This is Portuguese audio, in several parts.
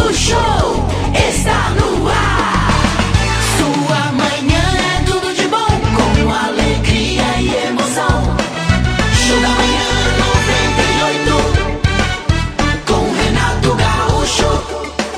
O show está no ar. Sua manhã é tudo de bom, com alegria e emoção. Show da manhã 98, com Renato Gaúcho.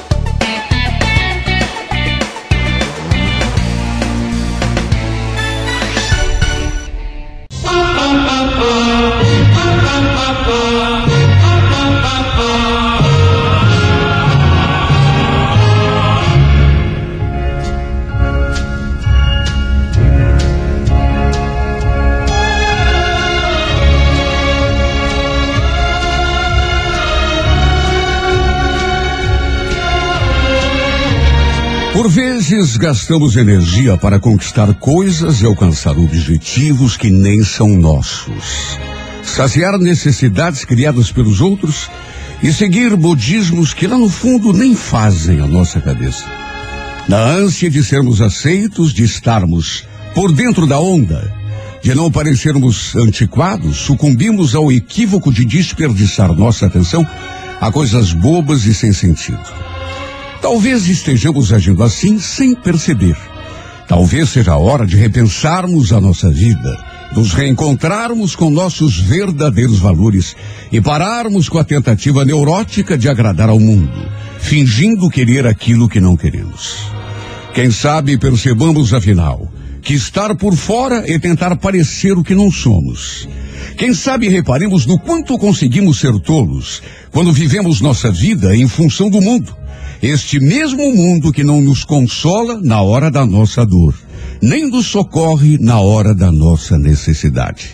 Por vezes gastamos energia para conquistar coisas e alcançar objetivos que nem são nossos. Saciar necessidades criadas pelos outros e seguir modismos que lá no fundo nem fazem a nossa cabeça. Na ânsia de sermos aceitos, de estarmos por dentro da onda, de não parecermos antiquados, sucumbimos ao equívoco de desperdiçar nossa atenção a coisas bobas e sem sentido. Talvez estejamos agindo assim sem perceber. Talvez seja a hora de repensarmos a nossa vida, nos reencontrarmos com nossos verdadeiros valores e pararmos com a tentativa neurótica de agradar ao mundo, fingindo querer aquilo que não queremos. Quem sabe percebamos, afinal, que estar por fora é tentar parecer o que não somos. Quem sabe reparemos no quanto conseguimos ser tolos quando vivemos nossa vida em função do mundo. Este mesmo mundo que não nos consola na hora da nossa dor, nem nos socorre na hora da nossa necessidade.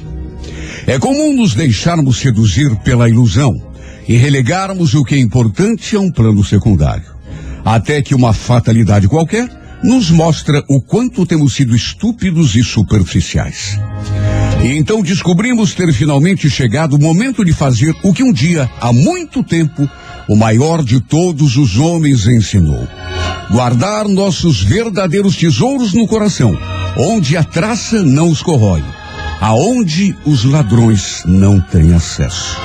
É comum nos deixarmos seduzir pela ilusão e relegarmos o que é importante a um plano secundário, até que uma fatalidade qualquer nos mostra o quanto temos sido estúpidos e superficiais. E então descobrimos ter finalmente chegado o momento de fazer o que um dia, há muito tempo, o maior de todos os homens ensinou: guardar nossos verdadeiros tesouros no coração, onde a traça não os corrói, aonde os ladrões não têm acesso.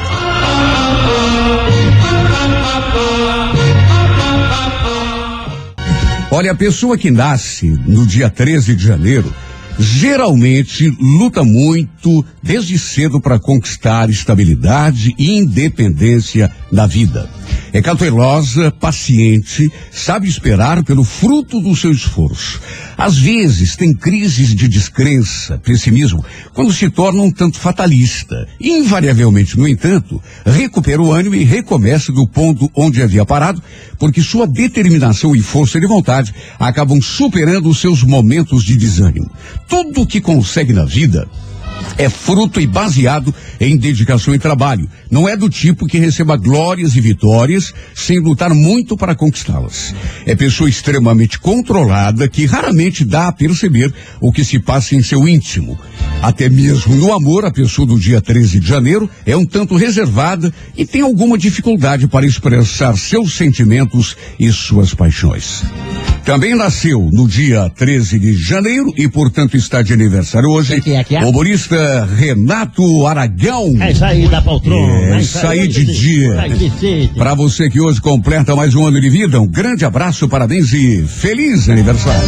Olha, a pessoa que nasce no dia 13 de janeiro geralmente luta muito desde cedo para conquistar estabilidade e independência na vida. É cautelosa, paciente, sabe esperar pelo fruto do seu esforço. Às vezes tem crises de descrença, pessimismo, quando se torna um tanto fatalista. Invariavelmente, no entanto, recupera o ânimo e recomeça do ponto onde havia parado, porque sua determinação e força de vontade acabam superando os seus momentos de desânimo. Tudo o que consegue na vida é fruto e baseado em dedicação e trabalho. Não é do tipo que receba glórias e vitórias sem lutar muito para conquistá-las. É pessoa extremamente controlada que raramente dá a perceber o que se passa em seu íntimo. Até mesmo no amor, a pessoa do dia 13 de janeiro é um tanto reservada e tem alguma dificuldade para expressar seus sentimentos e suas paixões. Também nasceu no dia 13 de janeiro e, portanto, está de aniversário hoje, o humorista Renato Aragão. É isso aí da poltrona. É isso aí de dia. Para você que hoje completa mais um ano de vida, um grande abraço, parabéns e feliz aniversário.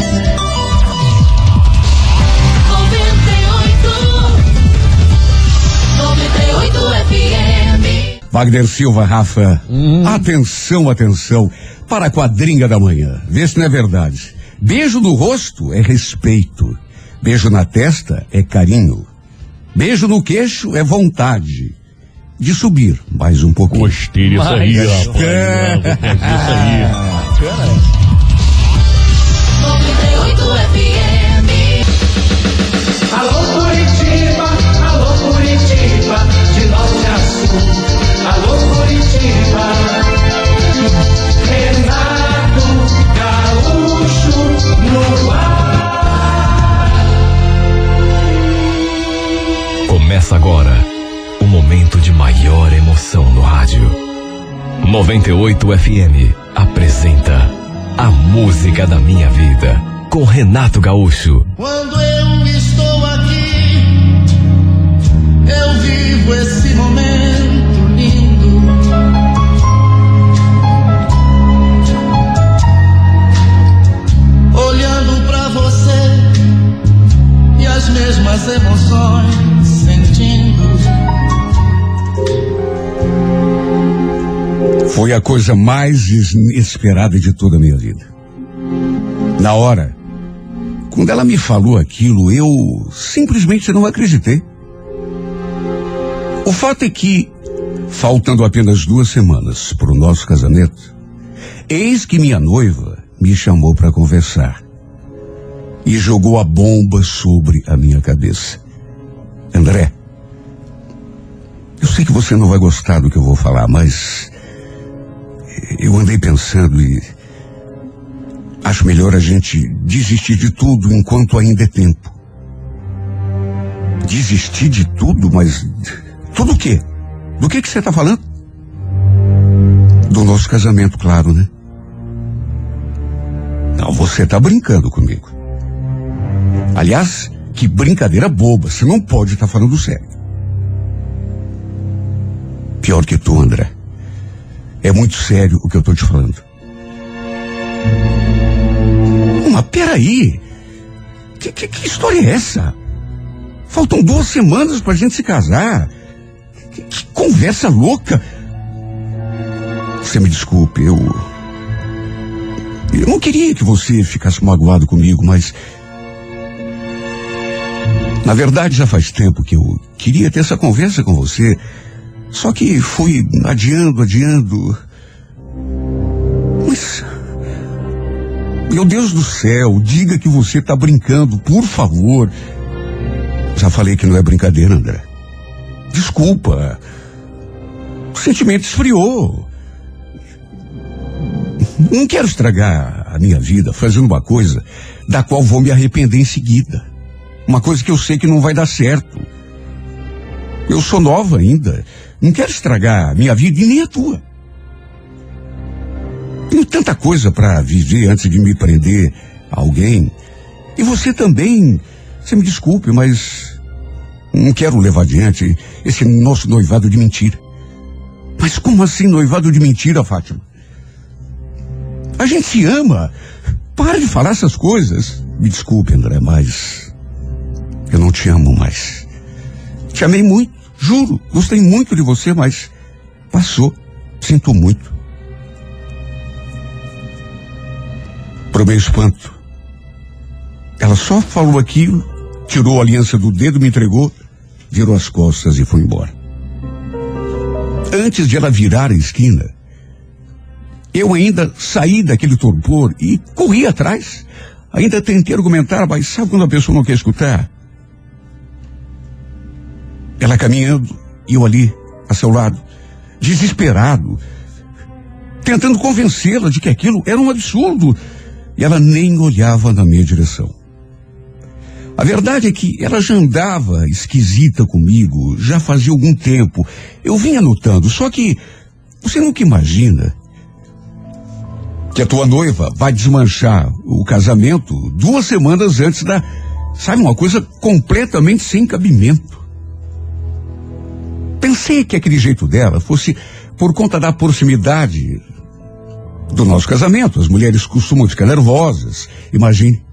98 FM. Wagner Silva, Rafa, atenção, atenção, para a quadrinha da manhã. Vê se não é verdade. Beijo no rosto é respeito. Beijo na testa é carinho. Beijo no queixo é vontade de subir mais um pouquinho. Gostei disso aí, rapaz. Isso aí. 98 FM. Alô Curitiba, de norte a sul. Alô Curitiba, Renato Gaúcho no ar. Começa agora o momento de maior emoção no rádio. 98 FM apresenta A Música da Minha Vida, com Renato Gaúcho. Quando eu estou aqui, eu vivo esse momento lindo. Foi a coisa mais inesperada de toda a minha vida. Na hora, quando ela me falou aquilo, eu simplesmente não acreditei. O fato é que, faltando apenas 2 semanas para o nosso casamento, eis que minha noiva me chamou para conversar e jogou a bomba sobre a minha cabeça. André, eu sei que você não vai gostar do que eu vou falar, mas eu andei pensando e acho melhor a gente desistir de tudo enquanto ainda é tempo. Desistir de tudo? Mas tudo o quê? Do que você está falando? Do nosso casamento, claro, né? Não, você está brincando comigo. Aliás, que brincadeira boba. Você não pode estar falando sério. Pior que tu, André. É muito sério o que eu estou te falando. Mas peraí. Que história é essa? Faltam 2 semanas pra gente se casar. Que conversa louca. Você me desculpe, eu não queria que você ficasse magoado comigo, mas na verdade já faz tempo que eu queria ter essa conversa com você. Só que fui adiando. Mas, meu Deus do céu, diga que você está brincando, por favor. Já falei que não é brincadeira, André. Desculpa. O sentimento esfriou. Não quero estragar a minha vida fazendo uma coisa da qual vou me arrepender em seguida. Uma coisa que eu sei que não vai dar certo. Eu sou nova ainda. Não quero estragar a minha vida e nem a tua. Tenho tanta coisa para viver antes de me prender a alguém. E você também. Você me desculpe, mas não quero levar adiante esse nosso noivado de mentira. Mas como assim noivado de mentira, Fátima? A gente se ama. Para de falar essas coisas. Me desculpe, André, mas eu não te amo mais. Te amei muito, juro. Gostei muito de você, mas passou. Sinto muito. Pro meu espanto, ela só falou aquilo, tirou a aliança do dedo, me entregou, virou as costas e foi embora. Antes de ela virar a esquina, eu ainda saí daquele torpor e corri atrás. Ainda tentei argumentar, mas sabe quando a pessoa não quer escutar? Ela caminhando e eu ali, a seu lado, desesperado, tentando convencê-la de que aquilo era um absurdo. E ela nem olhava na minha direção. A verdade é que ela já andava esquisita comigo, já fazia algum tempo. Eu vinha notando, só que você nunca imagina que a tua noiva vai desmanchar o casamento 2 semanas antes da... Sabe, uma coisa completamente sem cabimento. Pensei que aquele jeito dela fosse por conta da proximidade do nosso casamento. As mulheres costumam ficar nervosas. Imagine.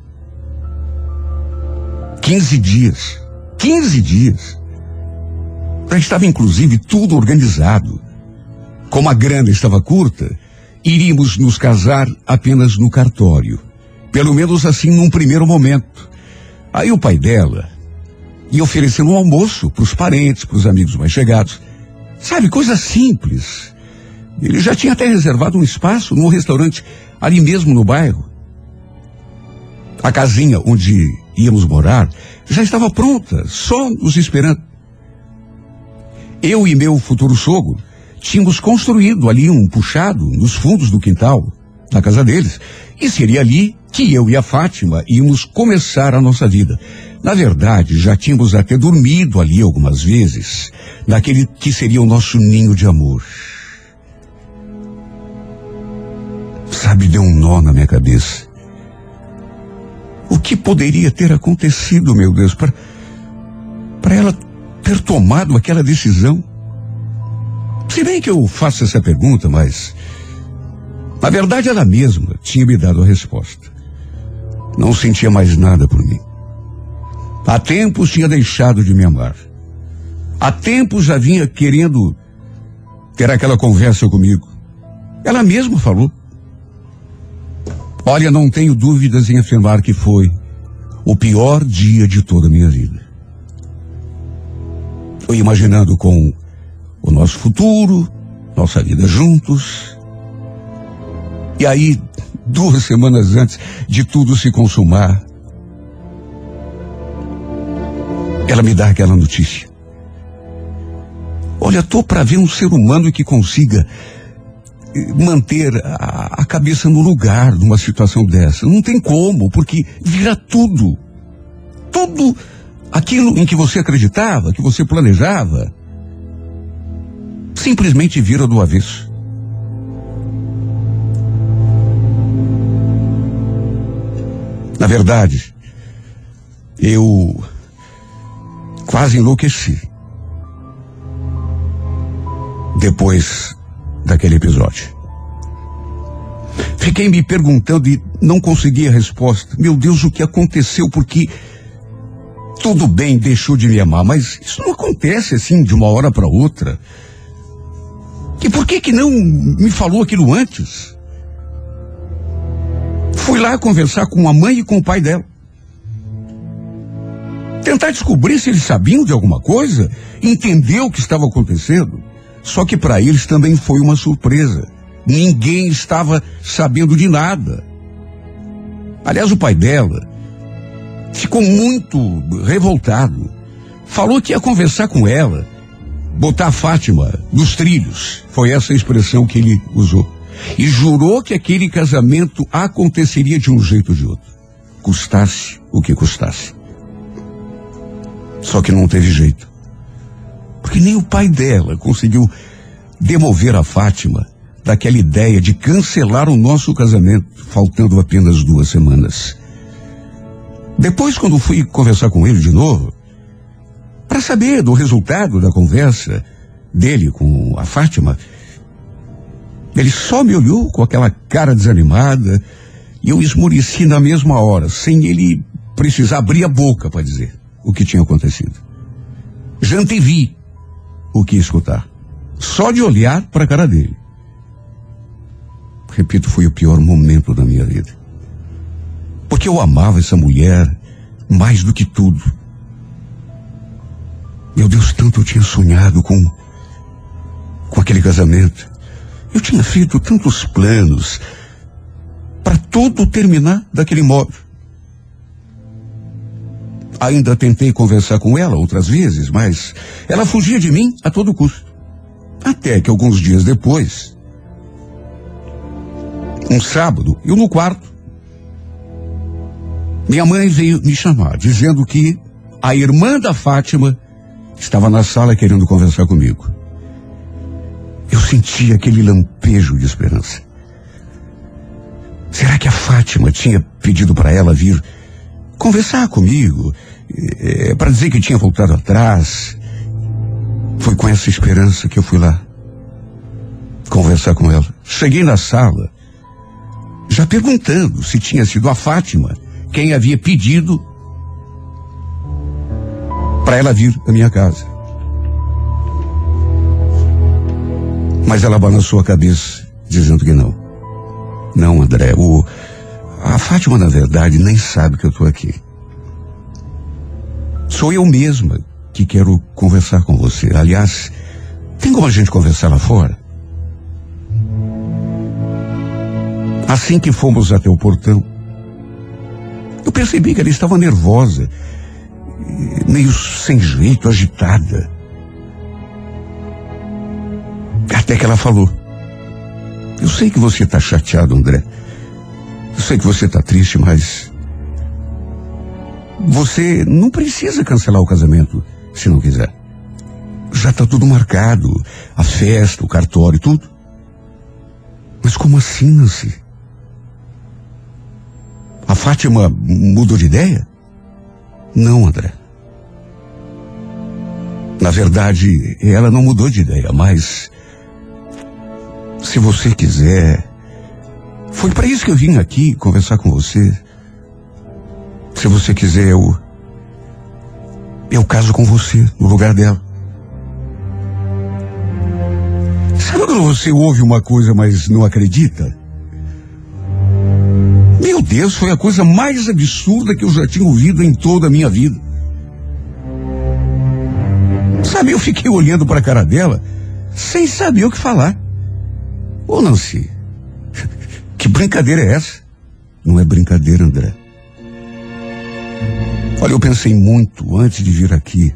15 dias. 15 dias. Já estava inclusive tudo organizado. Como a grana estava curta, iríamos nos casar apenas no cartório. Pelo menos assim num primeiro momento. Aí o pai dela ia oferecer um almoço para os parentes, para os amigos mais chegados. Sabe, coisa simples. Ele já tinha até reservado um espaço num restaurante ali mesmo no bairro. A casinha onde íamos morar já estava pronta, só nos esperando. Eu e meu futuro sogro tínhamos construído ali um puxado nos fundos do quintal da casa deles. E seria ali que eu e a Fátima íamos começar a nossa vida. Na verdade, já tínhamos até dormido ali algumas vezes, naquele que seria o nosso ninho de amor. Sabe, deu um nó na minha cabeça. O que poderia ter acontecido, meu Deus, para ela ter tomado aquela decisão? Se bem que eu faço essa pergunta, mas na verdade ela mesma tinha me dado a resposta. Não sentia mais nada por mim. Há tempos tinha deixado de me amar. Há tempos já vinha querendo ter aquela conversa comigo. Ela mesma falou. Olha, não tenho dúvidas em afirmar que foi o pior dia de toda a minha vida. Eu imaginando com o nosso futuro, nossa vida juntos. E aí, 2 semanas antes de tudo se consumar, ela me dá aquela notícia. Olha, tô para ver um ser humano que consiga manter a cabeça no lugar numa situação dessa. Não tem como, porque vira tudo. Tudo aquilo em que você acreditava, que você planejava, simplesmente vira do avesso. Na verdade, eu quase enlouqueci depois daquele episódio. Fiquei me perguntando e não consegui a resposta. Meu Deus, o que aconteceu? Porque tudo bem, deixou de me amar, mas isso não acontece assim de uma hora para outra. E por que não me falou aquilo antes? Fui lá conversar com a mãe e com o pai dela. Tentar descobrir se eles sabiam de alguma coisa, entender o que estava acontecendo. Só que para eles também foi uma surpresa. Ninguém estava sabendo de nada. Aliás, o pai dela ficou muito revoltado. Falou que ia conversar com ela, botar a Fátima nos trilhos. Foi essa a expressão que ele usou. E jurou que aquele casamento aconteceria de um jeito ou de outro. Custasse o que custasse. Só que não teve jeito. Porque nem o pai dela conseguiu demover a Fátima daquela ideia de cancelar o nosso casamento, faltando apenas 2 semanas. Depois, quando fui conversar com ele de novo, para saber do resultado da conversa dele com a Fátima, ele só me olhou com aquela cara desanimada e eu esmoreci na mesma hora, sem ele precisar abrir a boca para dizer o que tinha acontecido. Já antevi o que escutar, só de olhar para a cara dele. Repito, foi o pior momento da minha vida. Porque eu amava essa mulher mais do que tudo. Meu Deus, tanto eu tinha sonhado com aquele casamento. Eu tinha feito tantos planos para tudo terminar daquele modo. Ainda tentei conversar com ela outras vezes, mas ela fugia de mim a todo custo. Até que alguns dias depois, um sábado, eu no quarto, minha mãe veio me chamar, dizendo que a irmã da Fátima estava na sala querendo conversar comigo. Eu senti aquele lampejo de esperança. Será que a Fátima tinha pedido para ela vir conversar comigo, para dizer que tinha voltado atrás? Foi com essa esperança que eu fui lá conversar com ela. Cheguei na sala, já perguntando se tinha sido a Fátima quem havia pedido para ela vir à minha casa. Mas ela balançou a cabeça, dizendo que não. Não, André, a Fátima, na verdade, nem sabe que eu estou aqui. Sou eu mesma que quero conversar com você. Aliás, tem como a gente conversar lá fora? Assim que fomos até o portão, eu percebi que ela estava nervosa, meio sem jeito, agitada. Até que ela falou: eu sei que você está chateado, André. Eu sei que você está triste, mas você não precisa cancelar o casamento se não quiser. Já está tudo marcado, a festa, o cartório, tudo. Mas como assim, Nancy? A Fátima mudou de ideia? Não, André. Na verdade, ela não mudou de ideia, mas se você quiser, foi para isso que eu vim aqui conversar com você. Se você quiser, eu caso com você no lugar dela. Sabe Quando você ouve uma coisa, mas não acredita, meu Deus, foi a coisa mais absurda que eu já tinha ouvido em toda a minha vida. Sabe, eu fiquei olhando para a cara dela, sem saber o que falar. Ô, Nancy, que brincadeira é essa? Não é brincadeira, André. Olha, eu pensei muito antes de vir aqui.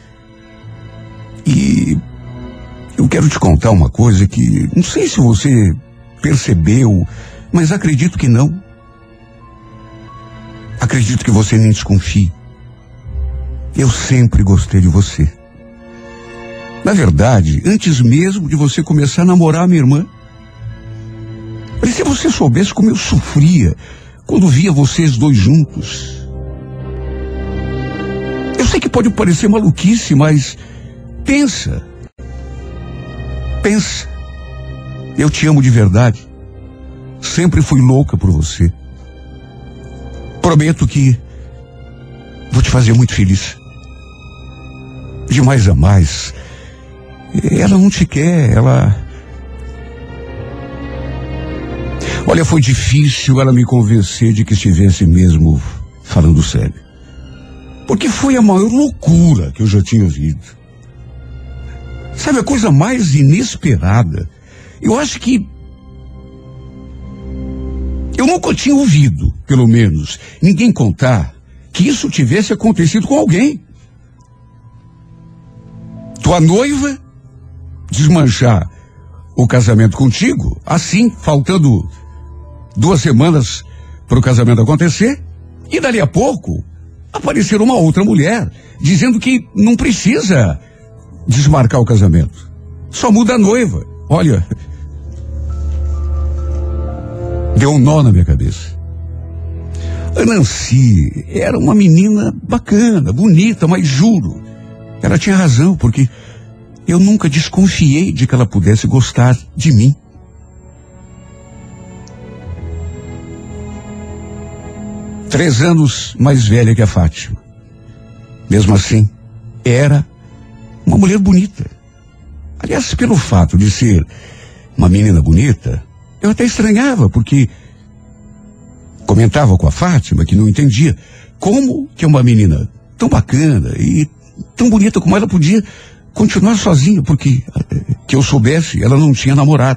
E eu quero te contar uma coisa que não sei se você percebeu, mas acredito que não. Acredito que você nem desconfie. Eu sempre gostei de você. Na verdade, antes mesmo de você começar a namorar a minha irmã. Mas se você soubesse como eu sofria quando via vocês dois juntos. Eu sei que pode parecer maluquice, mas pensa. Pensa. Eu te amo de verdade. Sempre fui louca por você. Prometo que vou te fazer muito feliz. De mais a mais. Ela não te quer, ela... Olha, foi difícil ela me convencer de que estivesse mesmo falando sério. Porque foi a maior loucura que eu já tinha ouvido. Sabe, a coisa mais inesperada. Eu acho que eu nunca tinha ouvido, pelo menos, ninguém contar que isso tivesse acontecido com alguém. Tua noiva desmanchar o casamento contigo, assim, faltando 2 semanas para o casamento acontecer, e dali a pouco aparecer uma outra mulher dizendo que não precisa desmarcar o casamento, só muda a noiva. Olha, deu um nó na minha cabeça. A Nancy era uma menina bacana, bonita, mas juro, ela tinha razão, porque eu nunca desconfiei de que ela pudesse gostar de mim. Três anos mais velha que a Fátima. Mesmo assim, era uma mulher bonita. Aliás, pelo fato de ser uma menina bonita, eu até estranhava, porque comentava com a Fátima que não entendia como que uma menina tão bacana e tão bonita como ela podia continuar sozinha, porque que eu soubesse, ela não tinha namorado.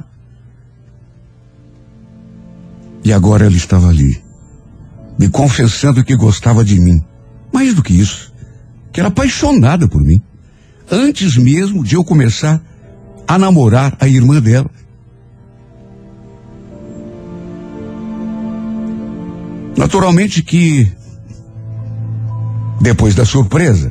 E agora ela estava ali, me confessando que gostava de mim. Mais do que isso, que era apaixonada por mim, antes mesmo de eu começar a namorar a irmã dela. Naturalmente que, depois da surpresa,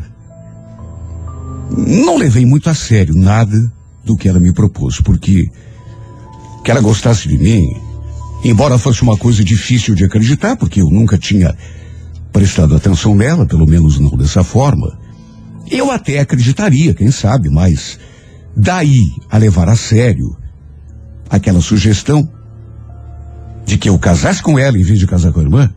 não levei muito a sério nada do que ela me propôs, porque que ela gostasse de mim, embora fosse uma coisa difícil de acreditar, porque eu nunca tinha prestado atenção nela, pelo menos não dessa forma, eu até acreditaria, quem sabe, mas daí a levar a sério aquela sugestão de que eu casasse com ela em vez de casar com a irmã,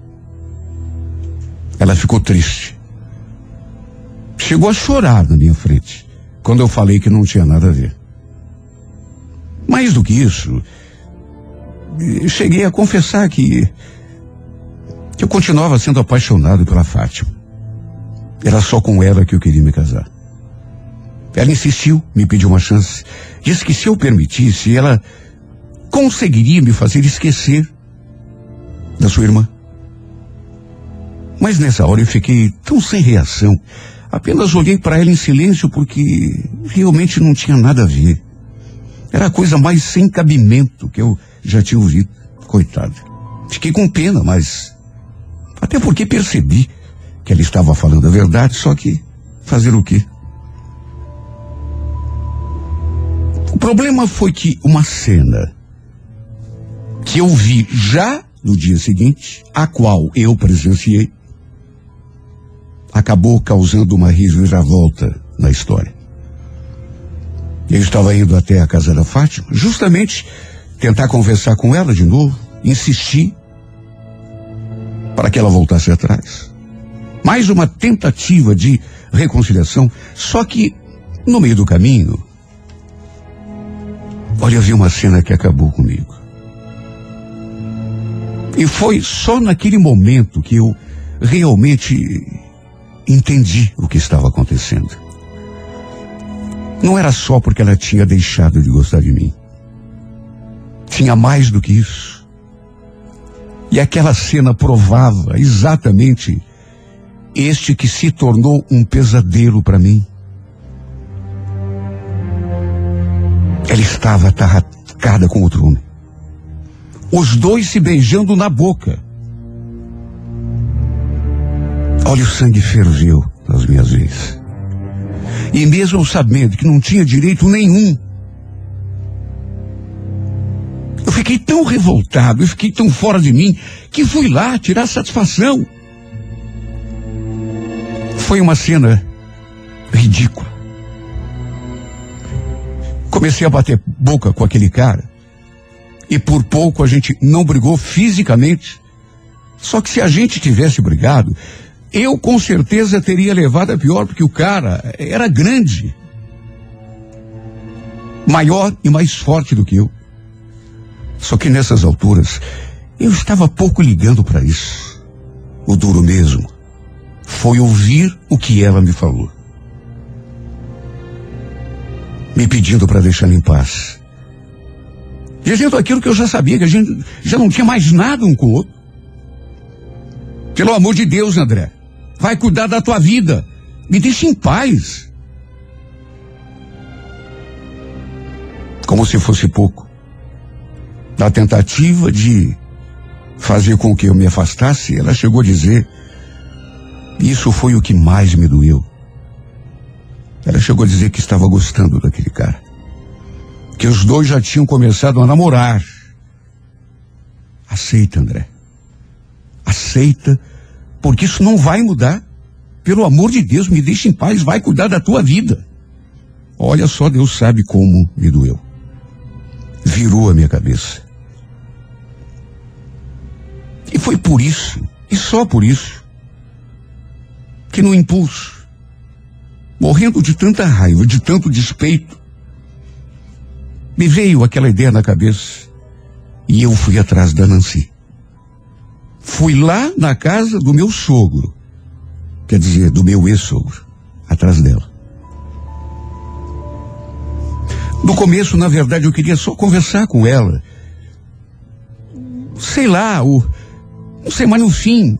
ela ficou triste. Chegou a chorar na minha frente quando eu falei que não tinha nada a ver. Mais do que isso, cheguei a confessar que eu continuava sendo apaixonado pela Fátima. Era só com ela que eu queria me casar. Ela insistiu, me pediu uma chance. Disse que se eu permitisse, ela conseguiria me fazer esquecer da sua irmã. Mas nessa hora eu fiquei tão sem reação. Apenas olhei para ela em silêncio, porque realmente não tinha nada a ver. Era a coisa mais sem cabimento que eu já tinha ouvido. Coitada. Fiquei com pena, mas até porque percebi que ela estava falando a verdade, só que fazer o quê? O problema foi que uma cena que eu vi já no dia seguinte, a qual eu presenciei, acabou causando uma reviravolta na história. Eu estava indo até a casa da Fátima, justamente tentar conversar com ela de novo, insistir para que ela voltasse atrás. Mais uma tentativa de reconciliação, só que no meio do caminho Olha, eu vi uma cena que acabou comigo. E foi só naquele momento que eu realmente entendi o que estava acontecendo. Não era só porque ela tinha deixado de gostar de mim. Tinha mais do que isso. E aquela cena provava exatamente este que se tornou um pesadelo para mim. Ela estava atarracada com outro homem. Os dois se beijando na boca. Olha, o sangue ferveu nas minhas veias. E mesmo sabendo que não tinha direito nenhum, eu fiquei tão revoltado, eu fiquei tão fora de mim, que fui lá tirar satisfação. Foi uma cena ridícula. Comecei a bater boca com aquele cara. E por pouco a gente não brigou fisicamente. Só que se a gente tivesse brigado, eu com certeza teria levado a pior, porque o cara era grande. Maior e mais forte do que eu. Só que nessas alturas, eu estava pouco ligando para isso. O duro mesmo foi ouvir o que ela me falou. Me pedindo para deixá-la em paz. Dizendo aquilo que eu já sabia, que a gente já não tinha mais nada um com o outro. Pelo amor de Deus, André, vai cuidar da tua vida. Me deixa em paz. Como se fosse pouco. Na tentativa de fazer com que eu me afastasse, ela chegou a dizer, isso foi o que mais me doeu. Ela chegou a dizer que estava gostando daquele cara. Que os dois já tinham começado a namorar. Aceita, André. Aceita, porque isso não vai mudar. Pelo amor de Deus, me deixa em paz, vai cuidar da tua vida. Olha só, Deus sabe como me doeu. Virou a minha cabeça. E foi por isso, e só por isso, que no impulso, morrendo de tanta raiva, de tanto despeito, me veio aquela ideia na cabeça e eu fui atrás da Nancy. Fui lá na casa do meu sogro, quer dizer, do meu ex-sogro, atrás dela. No começo, na verdade, eu queria só conversar com ela. Sei lá, não sei, mas no fim,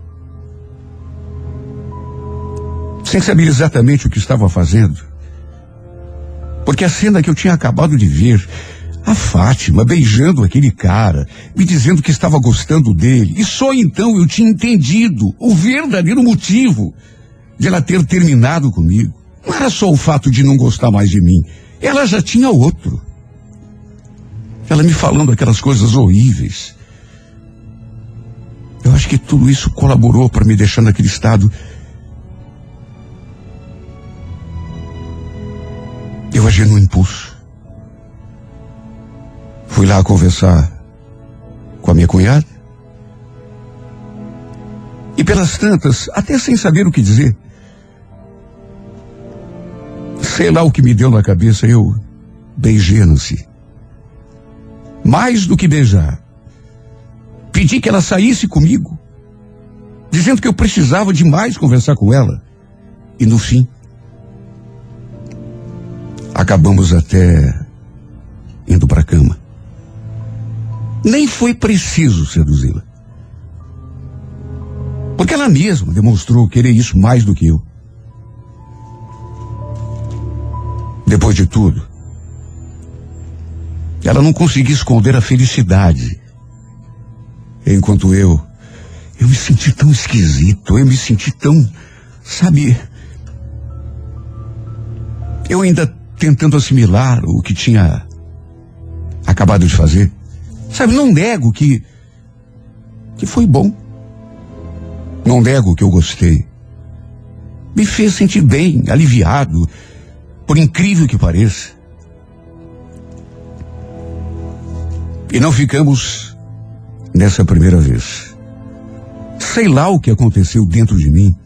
sem saber exatamente o que estava fazendo, porque a cena que eu tinha acabado de ver, a Fátima beijando aquele cara, me dizendo que estava gostando dele, e só então eu tinha entendido o verdadeiro motivo de ela ter terminado comigo. Não era só o fato de não gostar mais de mim, ela já tinha outro. Ela me falando aquelas coisas horríveis. Eu acho que tudo isso colaborou para me deixar naquele estado. Eu agi no impulso. Fui lá conversar com a minha cunhada. E pelas tantas, até sem saber o que dizer, sei lá o que me deu na cabeça, eu beijei a Nancy. Mais do que beijar, pedi que ela saísse comigo, dizendo que eu precisava demais conversar com ela. E no fim, acabamos até indo para a cama. Nem foi preciso seduzi-la, porque ela mesma demonstrou querer isso mais do que eu. Depois de tudo, ela não conseguia esconder a felicidade, enquanto eu me senti tão esquisito, eu me senti tão, sabe, eu ainda tentando assimilar o que tinha acabado de fazer. Sabe, não nego que foi bom. Não nego que eu gostei. Me fez sentir bem, aliviado, por incrível que pareça. E não ficamos nessa primeira vez. Sei lá o que aconteceu dentro de mim.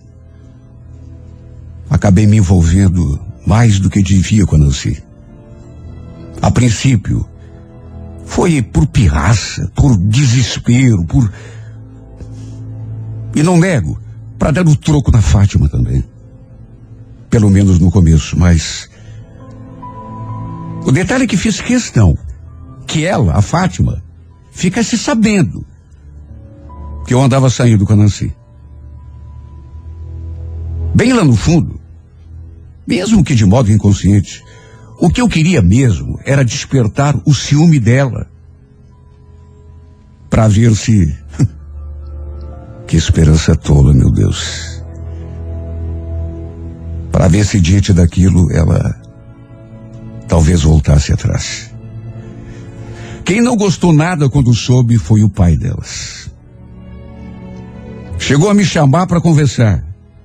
Acabei me envolvendo mais do que devia com a Nancy. A princípio, Foi por pirraça, por desespero, E não nego, para dar o troco na Fátima também. Pelo menos no começo, mas... O detalhe é que fiz questão que ela, a Fátima, ficasse sabendo que eu andava saindo com a Nancy. Bem lá no fundo, mesmo que de modo inconsciente, o que eu queria mesmo era despertar o ciúme dela. Para ver se... Que esperança tola, meu Deus. Para ver se diante daquilo ela talvez voltasse atrás. Quem não gostou nada quando soube foi o pai delas. Chegou a me chamar para conversar.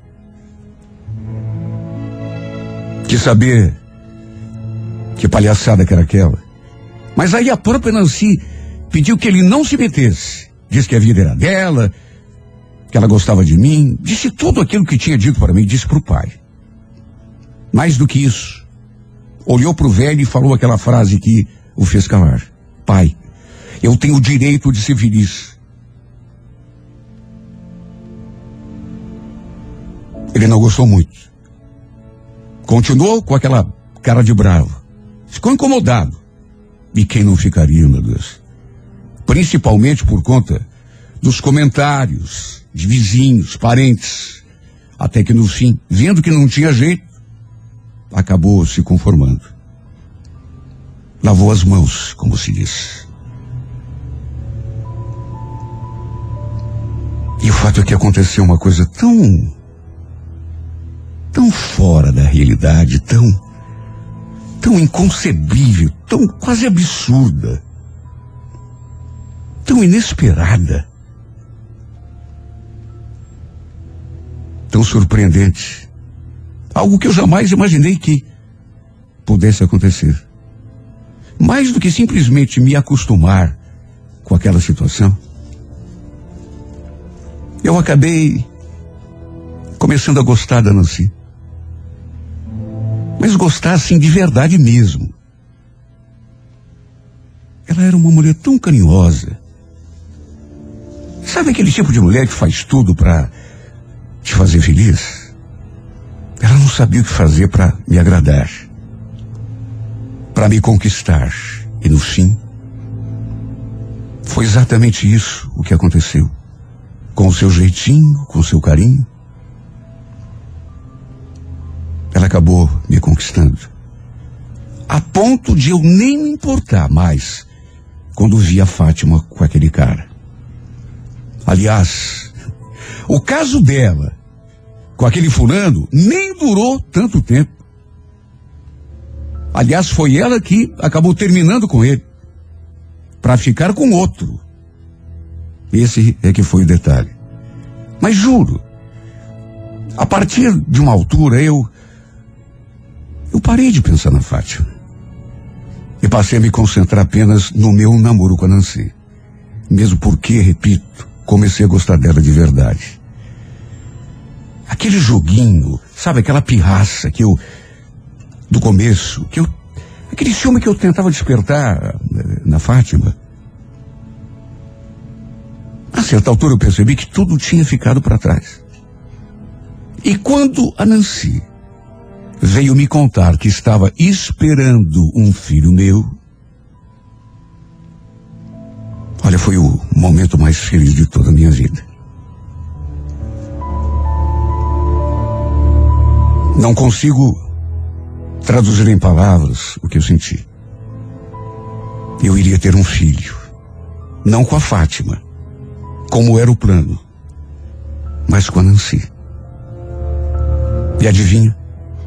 Quis saber que palhaçada que era aquela. Mas aí a própria Nancy pediu que ele não se metesse. Disse que a vida era dela, que ela gostava de mim. Disse tudo aquilo que tinha dito para mim, disse para o pai. Mais do que isso, olhou para o velho e falou aquela frase que o fez calar. Pai, eu tenho o direito de ser feliz. Ele não gostou muito. Continuou com aquela cara de bravo. Ficou incomodado. E quem não ficaria, meu Deus? Principalmente por conta dos comentários de vizinhos, parentes. Até que no fim, vendo que não tinha jeito, acabou se conformando. Lavou as mãos, como se diz. E o fato é que aconteceu uma coisa tão fora da realidade, tão inconcebível, tão quase absurda, tão inesperada, tão surpreendente. Algo que eu jamais imaginei que pudesse acontecer. Mais do que simplesmente me acostumar com aquela situação, eu acabei começando a gostar da Nancy. Mas gostar assim de verdade mesmo. Ela era uma mulher tão carinhosa. Sabe aquele tipo de mulher que faz tudo para te fazer feliz? Ela não sabia o que fazer para me agradar, para me conquistar. E no fim, foi exatamente isso o que aconteceu. Com o seu jeitinho, com o seu carinho, ela acabou me conquistando. A ponto de eu nem me importar mais quando vi a Fátima com aquele cara. Aliás, o caso dela com aquele fulano nem durou tanto tempo. Aliás, foi ela que acabou terminando com ele para ficar com outro. Esse é que foi o detalhe. Mas juro, a partir de uma altura eu parei de pensar na Fátima e passei a me concentrar apenas no meu namoro com a Nancy. Mesmo porque, repito, comecei a gostar dela de verdade. Aquele joguinho, sabe, aquela pirraça que eu, do começo, aquele ciúme que eu tentava despertar na Fátima. A certa altura eu percebi que tudo tinha ficado para trás. E quando a Nancy veio me contar que estava esperando um filho meu, olha, foi o momento mais feliz de toda a minha vida. Não consigo traduzir em palavras o que eu senti. Eu iria ter um filho, não com a Fátima, como era o plano, mas com a Nancy. E adivinha?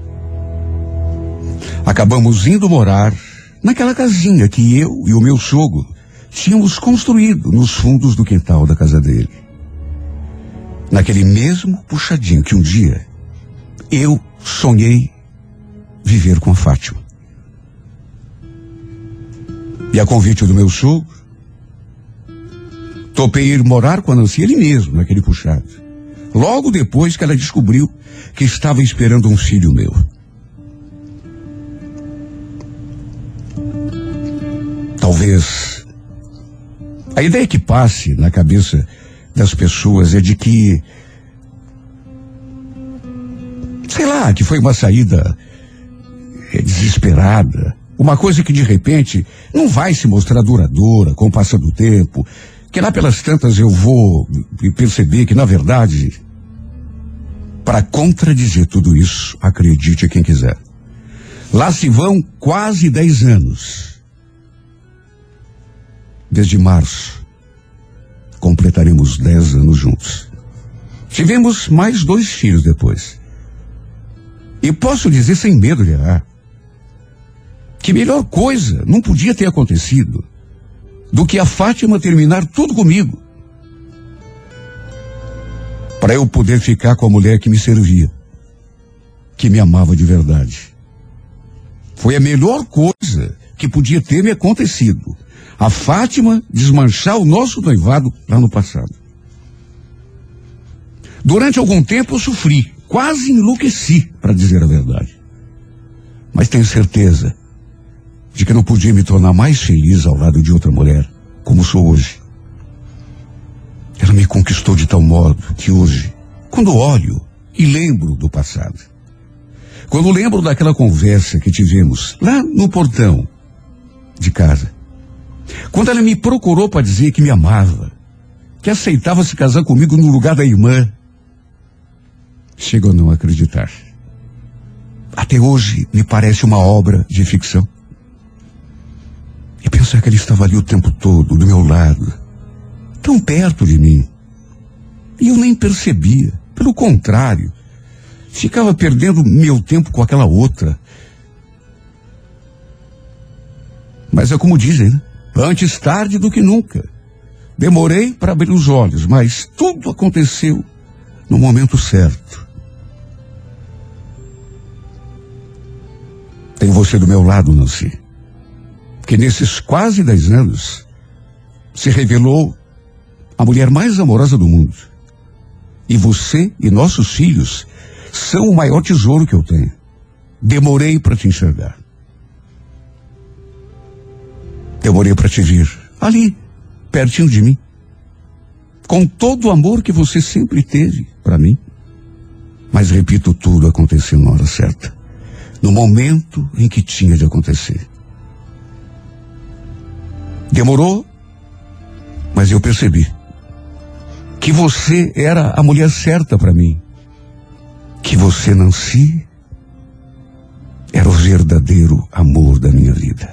Acabamos indo morar naquela casinha que eu e o meu sogro tínhamos construído nos fundos do quintal da casa dele. Naquele mesmo puxadinho que um dia eu sonhei viver com a Fátima. E a convite do meu sogro, topei ir morar com a Nancy, ele mesmo, naquele puxado. Logo depois que ela descobriu que estava esperando um filho meu. Talvez A ideia que passe na cabeça das pessoas é de que, sei lá, que foi uma saída desesperada, uma coisa que de repente não vai se mostrar duradoura com o passar do tempo, que lá pelas tantas eu vou perceber que, na verdade, para contradizer tudo isso, acredite quem quiser, lá se vão quase 10 anos. Desde março, completaremos 10 anos juntos. Tivemos mais 2 filhos depois. E posso dizer sem medo de errar, que melhor coisa não podia ter acontecido do que a Fátima terminar tudo comigo, para eu poder ficar com a mulher que me servia, que me amava de verdade. Foi a melhor coisa que podia ter me acontecido, a Fátima desmanchar o nosso noivado lá no passado. Durante algum tempo eu sofri, quase enlouqueci, para dizer a verdade. Mas tenho certeza de que não podia me tornar mais feliz ao lado de outra mulher, como sou hoje. Ela me conquistou de tal modo que hoje, quando olho e lembro do passado, quando lembro daquela conversa que tivemos lá no portão de casa, quando ela me procurou para dizer que me amava, que aceitava se casar comigo no lugar da irmã, chego a não acreditar. Até hoje me parece uma obra de ficção. E pensar que ele estava ali o tempo todo, do meu lado, tão perto de mim. E eu nem percebia. Pelo contrário, ficava perdendo meu tempo com aquela outra. Mas é como dizem, né? Antes tarde do que nunca. Demorei para abrir os olhos, mas tudo aconteceu no momento certo. Tenho você do meu lado, Nancy, que nesses quase 10 anos se revelou a mulher mais amorosa do mundo. E você e nossos filhos são o maior tesouro que eu tenho. Demorei para te enxergar. Demorei para te vir ali, pertinho de mim, com todo o amor que você sempre teve para mim. Mas repito, tudo aconteceu na hora certa, no momento em que tinha de acontecer. Demorou, mas eu percebi que você era a mulher certa para mim, que você, Nancy, era o verdadeiro amor da minha vida.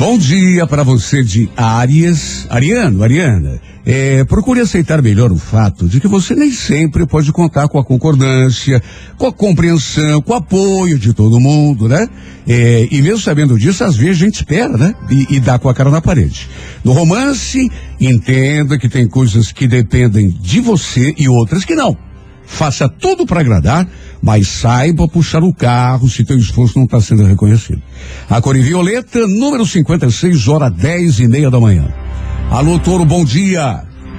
Bom dia para você de Áries. Ariana, procure aceitar melhor o fato de que você nem sempre pode contar com a concordância, com a compreensão, com o apoio de todo mundo, né? E mesmo sabendo disso, às vezes a gente espera, né? E dá com a cara na parede. No romance, entenda que tem coisas que dependem de você e outras que não. Faça tudo para agradar, mas saiba puxar o carro se teu esforço não está sendo reconhecido. A cor violeta, número 56, hora 10:30 da manhã. Alô, Touro, bom dia.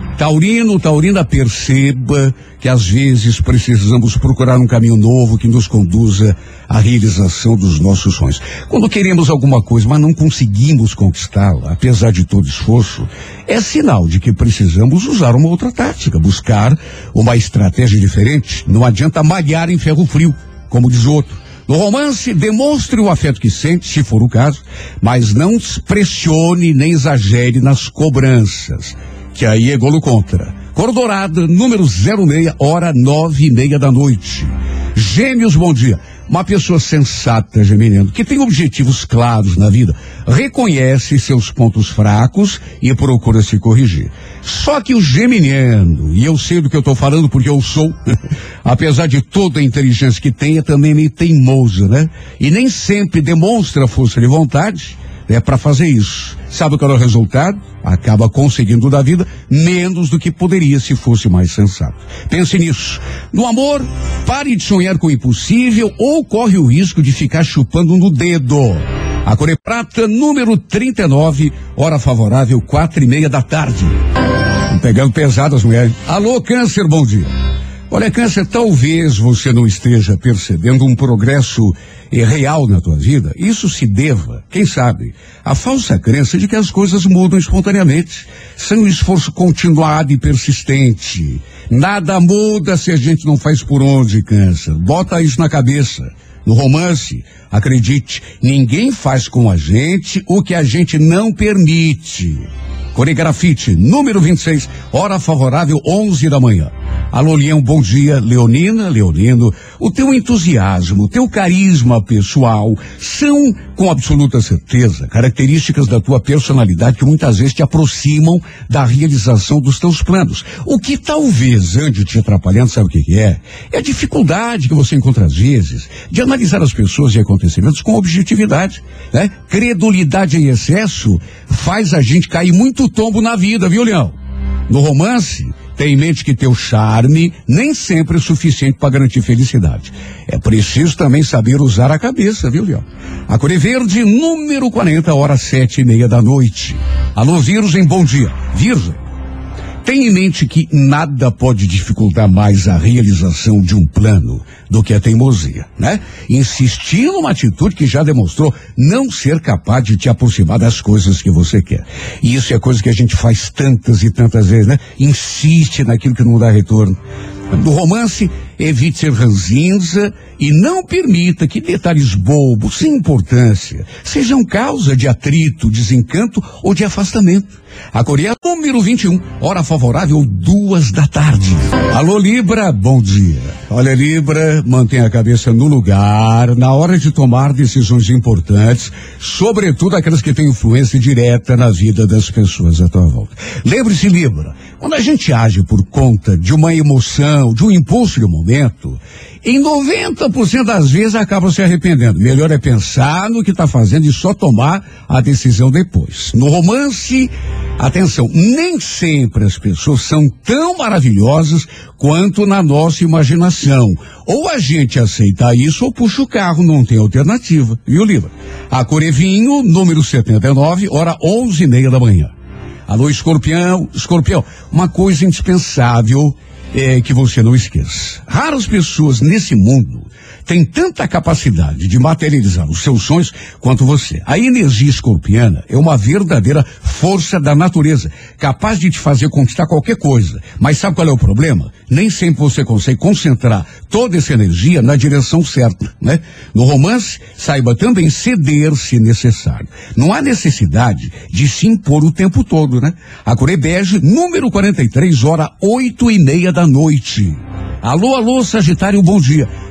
Taurina, perceba que às vezes precisamos procurar um caminho novo que nos conduza à realização dos nossos sonhos. Quando queremos alguma coisa, mas não conseguimos conquistá-la, apesar de todo esforço, é sinal de que precisamos usar uma outra tática, buscar uma estratégia diferente. Não adianta malhar em ferro frio, como diz o outro. No romance, demonstre o afeto que sente, se for o caso, mas não pressione nem exagere nas cobranças, que aí é golo contra. Cor dourada, número 06, hora 9:30 da noite. Gêmeos, bom dia. Uma pessoa sensata, geminiano, que tem objetivos claros na vida, reconhece seus pontos fracos e procura se corrigir. Só que o geminiano, e eu sei do que eu estou falando porque eu sou, apesar de toda a inteligência que tem, é também meio teimoso, né? E nem sempre demonstra força de vontade, para fazer isso. Sabe qual é o resultado? Acaba conseguindo da vida menos do que poderia se fosse mais sensato. Pense nisso. No amor, pare de sonhar com o impossível ou corre o risco de ficar chupando no dedo. A cor é prata, número 39, hora favorável, 4:30 da tarde. Estão pegando pesado as mulheres. Alô, Câncer, bom dia. Olha, Câncer, talvez você não esteja percebendo um progresso real na tua vida. Isso se deva, quem sabe, à falsa crença de que as coisas mudam espontaneamente, sem um esforço continuado e persistente. Nada muda se a gente não faz por onde, Câncer. Bota isso na cabeça. No romance, acredite, ninguém faz com a gente o que a gente não permite. Coregrafite, número 26, hora favorável, 11 da manhã. Alô, Leão, bom dia. Leonina, Leonino, o teu entusiasmo, o teu carisma pessoal são, com absoluta certeza, características da tua personalidade que muitas vezes te aproximam da realização dos teus planos. O que talvez ande te atrapalhando, sabe o que é? É a dificuldade que você encontra às vezes de analisar as pessoas e acontecimentos com objetividade, né? Credulidade em excesso faz a gente cair muito tombo na vida, viu, Leão? No romance, tenha em mente que teu charme nem sempre é suficiente para garantir felicidade. É preciso também saber usar a cabeça, viu, Leão? A cor é verde, número 40, hora 7:30 da noite. Alô, Virgem, bom dia. Virgem, tenha em mente que nada pode dificultar mais a realização de um plano do que a teimosia, né? Insistir numa atitude que já demonstrou não ser capaz de te aproximar das coisas que você quer. E isso é coisa que a gente faz tantas e tantas vezes, né? Insiste naquilo que não dá retorno. No romance, evite ser ranzinza e não permita que detalhes bobos, sem importância, sejam causa de atrito, desencanto ou de afastamento. A Coreia, número 21, hora favorável, 2 da tarde. Alô, Libra, bom dia. Olha, Libra, mantenha a cabeça no lugar na hora de tomar decisões importantes, sobretudo aquelas que têm influência direta na vida das pessoas à tua volta. Lembre-se, Libra, quando a gente age por conta de uma emoção, de um impulso de momento, em 90% das vezes acaba se arrependendo. Melhor é pensar no que está fazendo e só tomar a decisão depois. No romance, atenção, nem sempre as pessoas são tão maravilhosas quanto na nossa imaginação. Ou a gente aceita isso ou puxa o carro, não tem alternativa. Viu, Libra? A cor é vinho, número 79, hora 11:30 da manhã. Alô, Escorpião, uma coisa indispensável é que você não esqueça. Raras pessoas nesse mundo têm tanta capacidade de materializar os seus sonhos quanto você. A energia escorpiana é uma verdadeira força da natureza, capaz de te fazer conquistar qualquer coisa. Mas sabe qual é o problema? Nem sempre você consegue concentrar toda essa energia na direção certa, né? No romance, saiba também ceder se necessário. Não há necessidade de se impor o tempo todo, né? A cor é bege, número 43, hora 8:30 da noite. Alô, Sagitário, bom dia.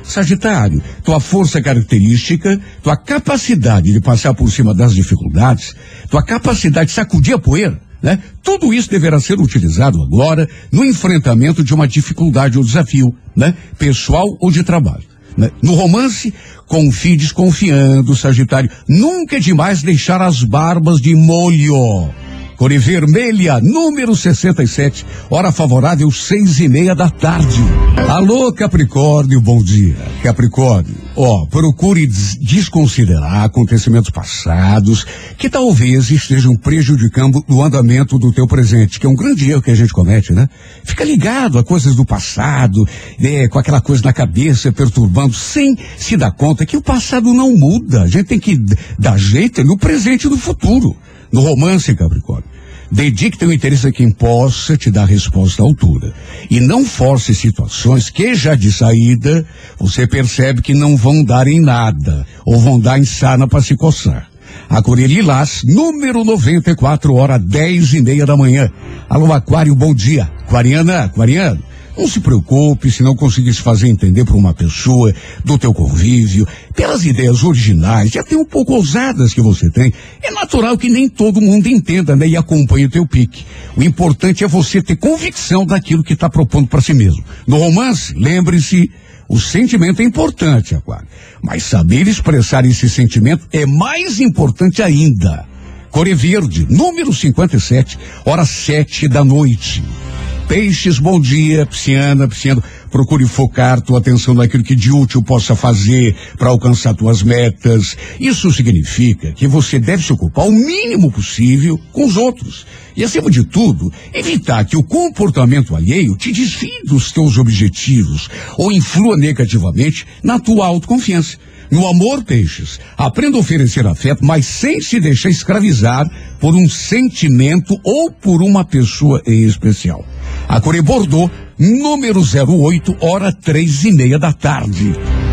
Sagitário, tua força característica, tua capacidade de passar por cima das dificuldades, tua capacidade de sacudir a poeira, né? Tudo isso deverá ser utilizado agora no enfrentamento de uma dificuldade ou desafio, né? Pessoal ou de trabalho, né? No romance, confie desconfiando, Sagitário. Nunca é demais deixar as barbas de molho. Cor vermelha, número 67, hora favorável 6:30 da tarde. Alô, Capricórnio, bom dia. Capricórnio, procure desconsiderar acontecimentos passados que talvez estejam prejudicando o andamento do teu presente, que é um grande erro que a gente comete, né? Fica ligado a coisas do passado, com aquela coisa na cabeça perturbando, sem se dar conta que o passado não muda. A gente tem que dar jeito no presente e no futuro. No romance, Capricórnio, dedique teu interesse a quem possa te dar resposta à altura. E não force situações que já de saída você percebe que não vão dar em nada, ou vão dar em sarna para se coçar. A cor lilás, número 94, hora 10:30 da manhã. Alô, Aquário, bom dia. Aquariano. Não se preocupe se não conseguir se fazer entender por uma pessoa do teu convívio, pelas ideias originais, até um pouco ousadas que você tem. É natural que nem todo mundo entenda, né, e acompanhe o teu pique. O importante é você ter convicção daquilo que está propondo para si mesmo. No romance, lembre-se, o sentimento é importante, Aquário, mas saber expressar esse sentimento é mais importante ainda. Cor verde, número 57, hora 7 da noite. Peixes, bom dia. Pisciano, procure focar tua atenção naquilo que de útil possa fazer para alcançar tuas metas. Isso significa que você deve se ocupar o mínimo possível com os outros. E, acima de tudo, evitar que o comportamento alheio te desvie dos teus objetivos ou influa negativamente na tua autoconfiança. No amor, Peixes, aprenda a oferecer afeto, mas sem se deixar escravizar por um sentimento ou por uma pessoa em especial. A cor é Bordeaux, número 08, hora 3:30 da tarde.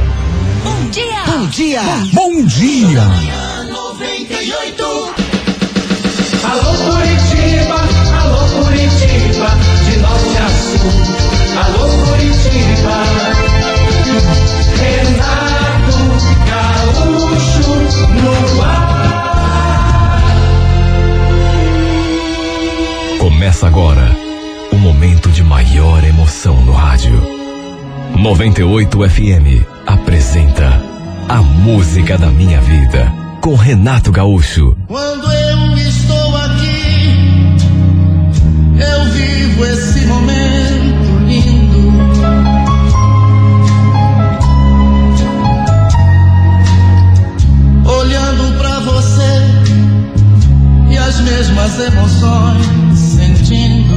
Bom dia! Bom dia! 98. Alô Curitiba, de norte a sul. Alô Curitiba, Renato Gaúcho no ar. Começa agora o momento de maior emoção no rádio. 98 FM apresenta A Música da Minha Vida, com Renato Gaúcho. Quando eu estou aqui, eu vivo esse momento lindo. Olhando pra você e as mesmas emoções sentindo.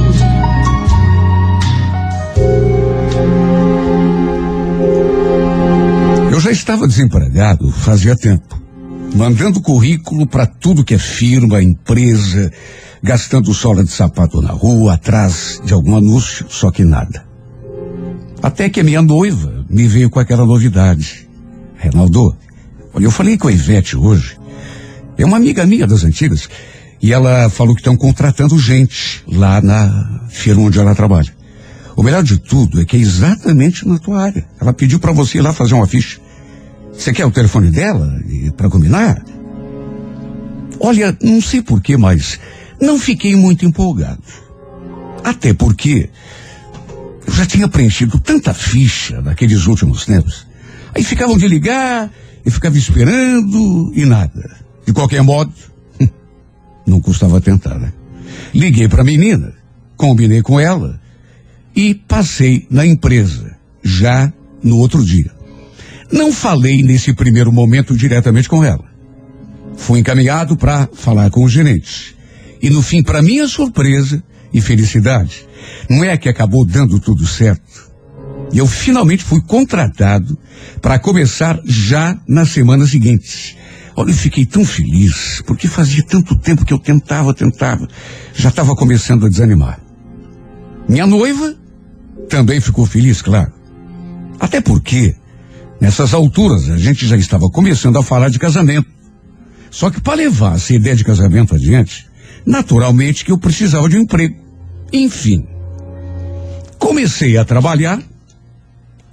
Eu já estava desempregado fazia tempo, mandando currículo para tudo que é firma, empresa, gastando sola de sapato na rua, atrás de algum anúncio, só que nada. Até que a minha noiva me veio com aquela novidade. Reinaldo, olha, eu falei com a Ivete hoje, é uma amiga minha das antigas, e ela falou que estão contratando gente lá na feira onde ela trabalha. O melhor de tudo é que é exatamente na tua área. Ela pediu para você ir lá fazer uma ficha. Você quer o telefone dela para combinar? Olha, não sei porquê, mas não fiquei muito empolgado. Até porque eu já tinha preenchido tanta ficha naqueles últimos tempos. Aí ficavam de ligar, e ficava esperando e nada. De qualquer modo, não custava tentar, né? Liguei para a menina, combinei com ela e passei na empresa, já no outro dia. Não falei nesse primeiro momento diretamente com ela. Fui encaminhado para falar com o gerente. E no fim, para minha surpresa e felicidade, não é que acabou dando tudo certo. E eu finalmente fui contratado para começar já nas semanas seguintes. Olha, eu fiquei tão feliz, porque fazia tanto tempo que eu tentava, já estava começando a desanimar. Minha noiva também ficou feliz, claro. Até porque, nessas alturas, a gente já estava começando a falar de casamento. Só que para levar essa ideia de casamento adiante, naturalmente que eu precisava de um emprego. Enfim, comecei a trabalhar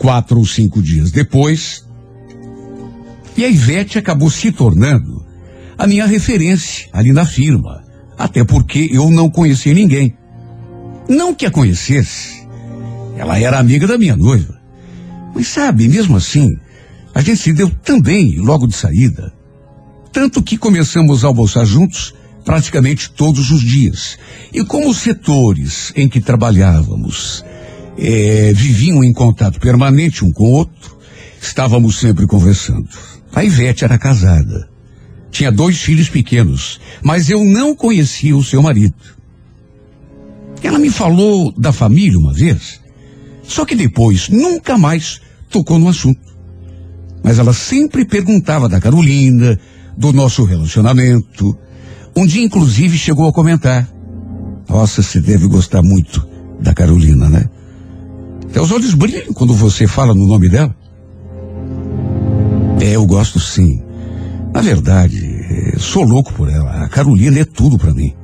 4 ou 5 dias depois, e a Ivete acabou se tornando a minha referência ali na firma, até porque eu não conhecia ninguém. Não que a conhecesse, ela era amiga da minha noiva. Mas sabe, mesmo assim, a gente se deu também logo de saída. Tanto que começamos a almoçar juntos praticamente todos os dias. E como os setores em que trabalhávamos viviam em contato permanente um com o outro, estávamos sempre conversando. A Ivete era casada. Tinha 2 filhos pequenos, mas eu não conhecia o seu marido. Ela me falou da família uma vez, só que depois nunca mais tocou no assunto. Mas ela sempre perguntava da Carolina, do nosso relacionamento. Um dia, inclusive, chegou a comentar: nossa, você deve gostar muito da Carolina, né? Até os olhos brilham quando você fala no nome dela. Eu gosto sim. Na verdade, sou louco por ela. A Carolina é tudo pra mim.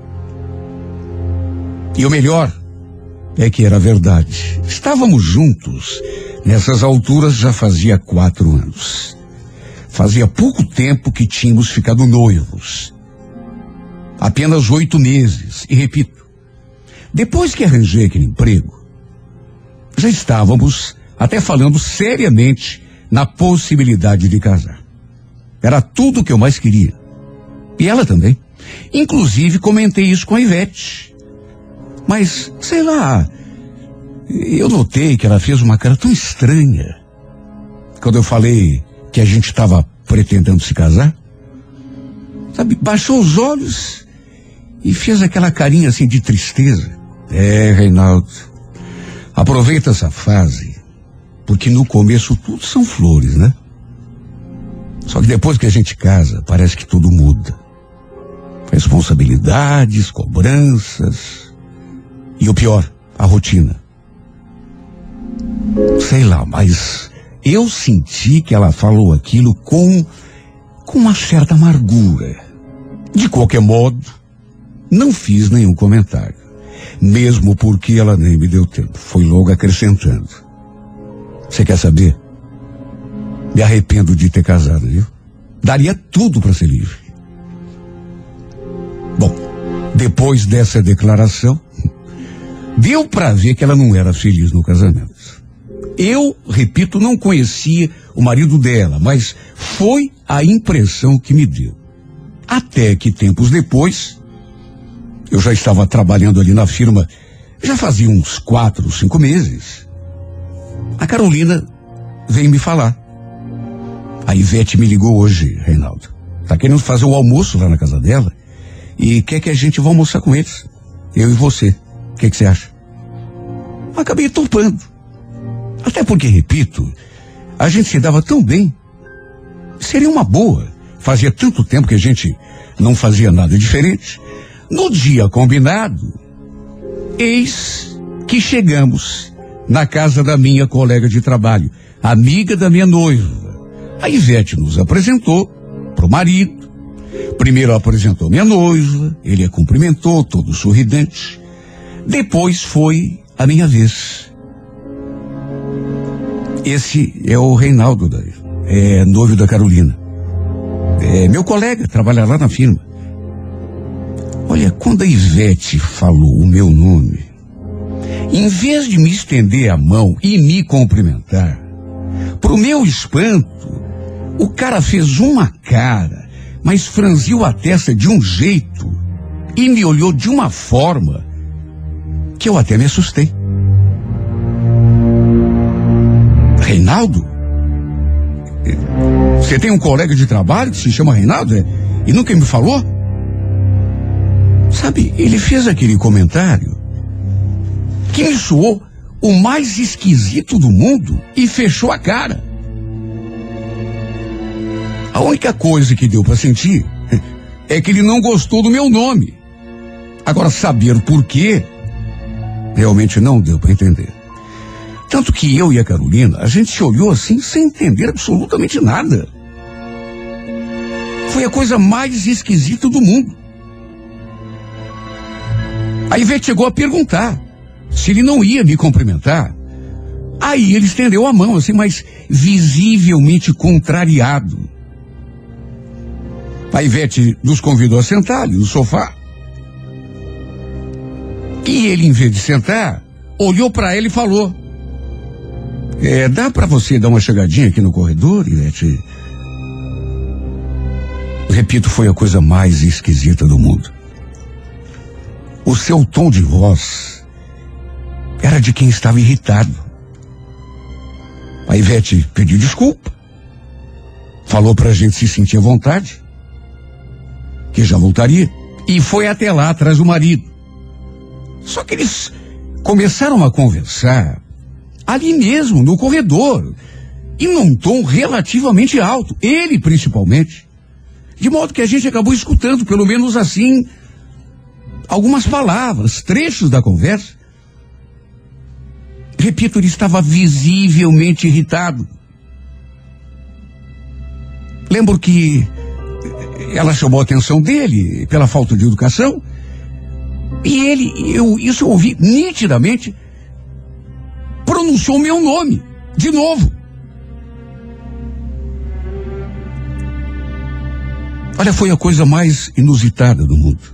E o melhor é que era verdade. Estávamos juntos. Nessas alturas já fazia 4 anos. Fazia pouco tempo que tínhamos ficado noivos. Apenas 8 meses. E repito, depois que arranjei aquele emprego, já estávamos até falando seriamente na possibilidade de casar. Era tudo o que eu mais queria. E ela também. Inclusive comentei isso com a Ivete. Mas, sei lá, eu notei que ela fez uma cara tão estranha quando eu falei que a gente estava pretendendo se casar. Sabe, baixou os olhos e fez aquela carinha assim de tristeza. Reinaldo, aproveita essa fase, porque no começo tudo são flores, né? Só que depois que a gente casa, parece que tudo muda. Responsabilidades, cobranças e o pior, a rotina. Sei lá, mas eu senti que ela falou aquilo com uma certa amargura. De qualquer modo, não fiz nenhum comentário. Mesmo porque ela nem me deu tempo. Foi logo acrescentando: você quer saber? Me arrependo de ter casado, viu? Daria tudo para ser livre. Bom, depois dessa declaração, deu para ver que ela não era feliz no casamento. Eu, repito, não conhecia o marido dela, mas foi a impressão que me deu. Até que tempos depois, eu já estava trabalhando ali na firma, já fazia uns 4 ou 5 meses. A Carolina veio me falar: a Ivete me ligou hoje, Reinaldo. Tá querendo fazer o almoço lá na casa dela e quer que a gente vá almoçar com eles. Eu e você. O que você acha? Acabei topando. Até porque, repito, a gente se dava tão bem. Seria uma boa. Fazia tanto tempo que a gente não fazia nada diferente. No dia combinado, eis que chegamos na casa da minha colega de trabalho, amiga da minha noiva. A Ivete nos apresentou pro marido. Primeiro apresentou minha noiva, ele a cumprimentou, todo sorridente. Depois foi a minha vez. Esse é o Reinaldo, noivo da Carolina. É meu colega, trabalha lá na firma. Olha, quando a Ivete falou o meu nome, em vez de me estender a mão e me cumprimentar, pro meu espanto, o cara fez uma cara, mas franziu a testa de um jeito e me olhou de uma forma que eu até me assustei. Reinaldo? Você tem um colega de trabalho que se chama Reinaldo e nunca me falou? Sabe, ele fez aquele comentário que me soou o mais esquisito do mundo e fechou a cara. A única coisa que deu para sentir é que ele não gostou do meu nome. Agora, saber por quê, realmente não deu para entender. Tanto que eu e a Carolina, a gente se olhou assim sem entender absolutamente nada. Foi a coisa mais esquisita do mundo. A Ivete chegou a perguntar se ele não ia me cumprimentar. Aí ele estendeu a mão, assim, mas visivelmente contrariado. A Ivete nos convidou a sentar ali no sofá. E ele, em vez de sentar, olhou para ela e falou: dá para você dar uma chegadinha aqui no corredor, Ivete? Repito, foi a coisa mais esquisita do mundo. O seu tom de voz era de quem estava irritado. A Ivete pediu desculpa, falou pra gente se sentir à vontade, que já voltaria, e foi até lá atrás do marido. Só que eles começaram a conversar ali mesmo, no corredor, e num tom relativamente alto, ele principalmente, de modo que a gente acabou escutando, pelo menos assim, algumas palavras, trechos da conversa. Repito, ele estava visivelmente irritado. Lembro que ela chamou a atenção dele pela falta de educação, e ele, isso eu ouvi nitidamente, pronunciou meu nome, de novo. Olha, foi a coisa mais inusitada do mundo.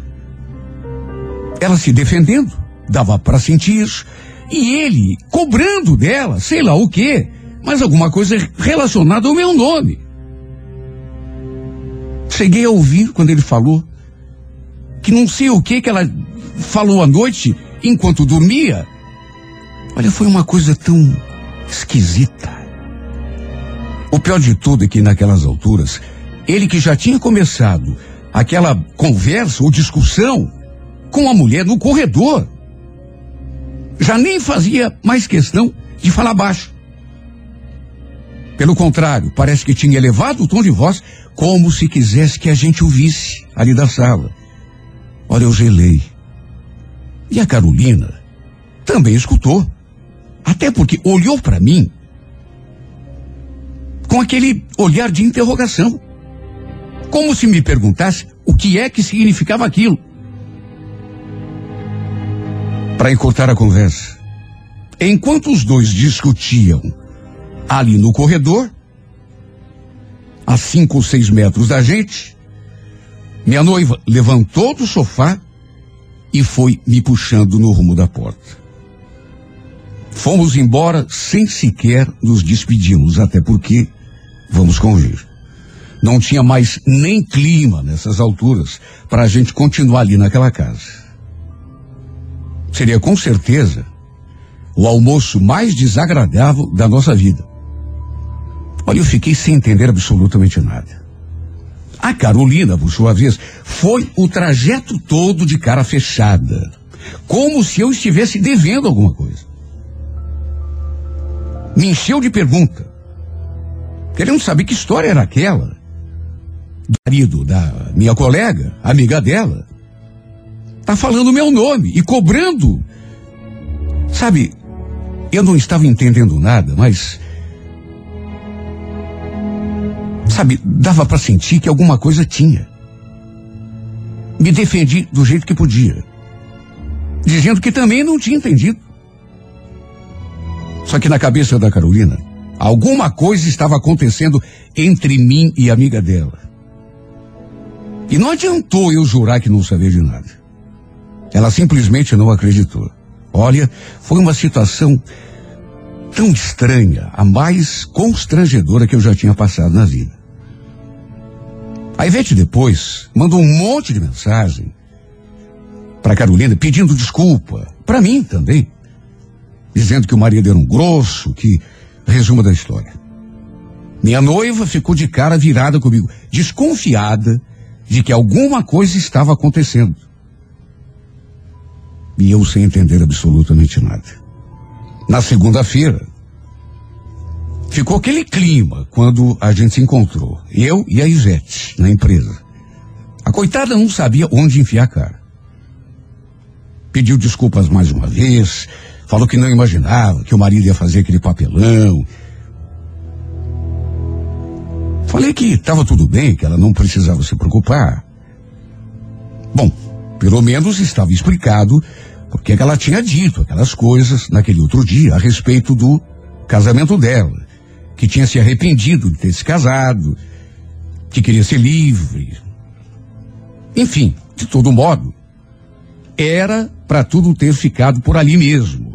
Ela se defendendo, dava para sentir isso, e ele cobrando dela, sei lá o quê, mas alguma coisa relacionada ao meu nome. Cheguei a ouvir quando ele falou que não sei o que ela falou à noite enquanto dormia. Olha, foi uma coisa tão esquisita. O pior de tudo é que naquelas alturas, ele que já tinha começado aquela conversa ou discussão com a mulher no corredor, já nem fazia mais questão de falar baixo. Pelo contrário, parece que tinha elevado o tom de voz como se quisesse que a gente ouvisse ali da sala. Olha, eu gelei. E a Carolina também escutou. Até porque olhou para mim com aquele olhar de interrogação. Como se me perguntasse o que é que significava aquilo. Para encurtar a conversa, enquanto os dois discutiam ali no corredor, a 5 ou 6 metros da gente, minha noiva levantou do sofá e foi me puxando no rumo da porta. Fomos embora sem sequer nos despedirmos, até porque, vamos convir, não tinha mais nem clima nessas alturas para a gente continuar ali naquela casa. Seria com certeza o almoço mais desagradável da nossa vida. Olha, eu fiquei sem entender absolutamente nada. A Carolina, por sua vez, foi o trajeto todo de cara fechada, como se eu estivesse devendo alguma coisa. Me encheu de pergunta, querendo saber que história era aquela do marido da minha colega, amiga dela. Tá falando meu nome e cobrando. Sabe, eu não estava entendendo nada, mas, sabe, dava para sentir que alguma coisa tinha. Me defendi do jeito que podia, dizendo que também não tinha entendido. Só que na cabeça da Carolina, alguma coisa estava acontecendo entre mim e a amiga dela. E não adiantou eu jurar que não sabia de nada. Ela simplesmente não acreditou. Olha, foi uma situação tão estranha, a mais constrangedora que eu já tinha passado na vida. A Ivete depois mandou um monte de mensagem para Carolina pedindo desculpa, para mim também, dizendo que o marido era um grosso, que resumo da história. Minha noiva ficou de cara virada comigo, desconfiada de que alguma coisa estava acontecendo. E eu sem entender absolutamente nada. Na segunda-feira, ficou aquele clima quando a gente se encontrou, eu e a Ivete, na empresa. A coitada não sabia onde enfiar a cara. Pediu desculpas mais uma vez, falou que não imaginava que o marido ia fazer aquele papelão. Falei que estava tudo bem, que ela não precisava se preocupar. Bom, pelo menos estava explicado Porque ela tinha dito aquelas coisas naquele outro dia a respeito do casamento dela, que tinha se arrependido de ter se casado, que queria ser livre. Enfim, de todo modo, era para tudo ter ficado por ali mesmo.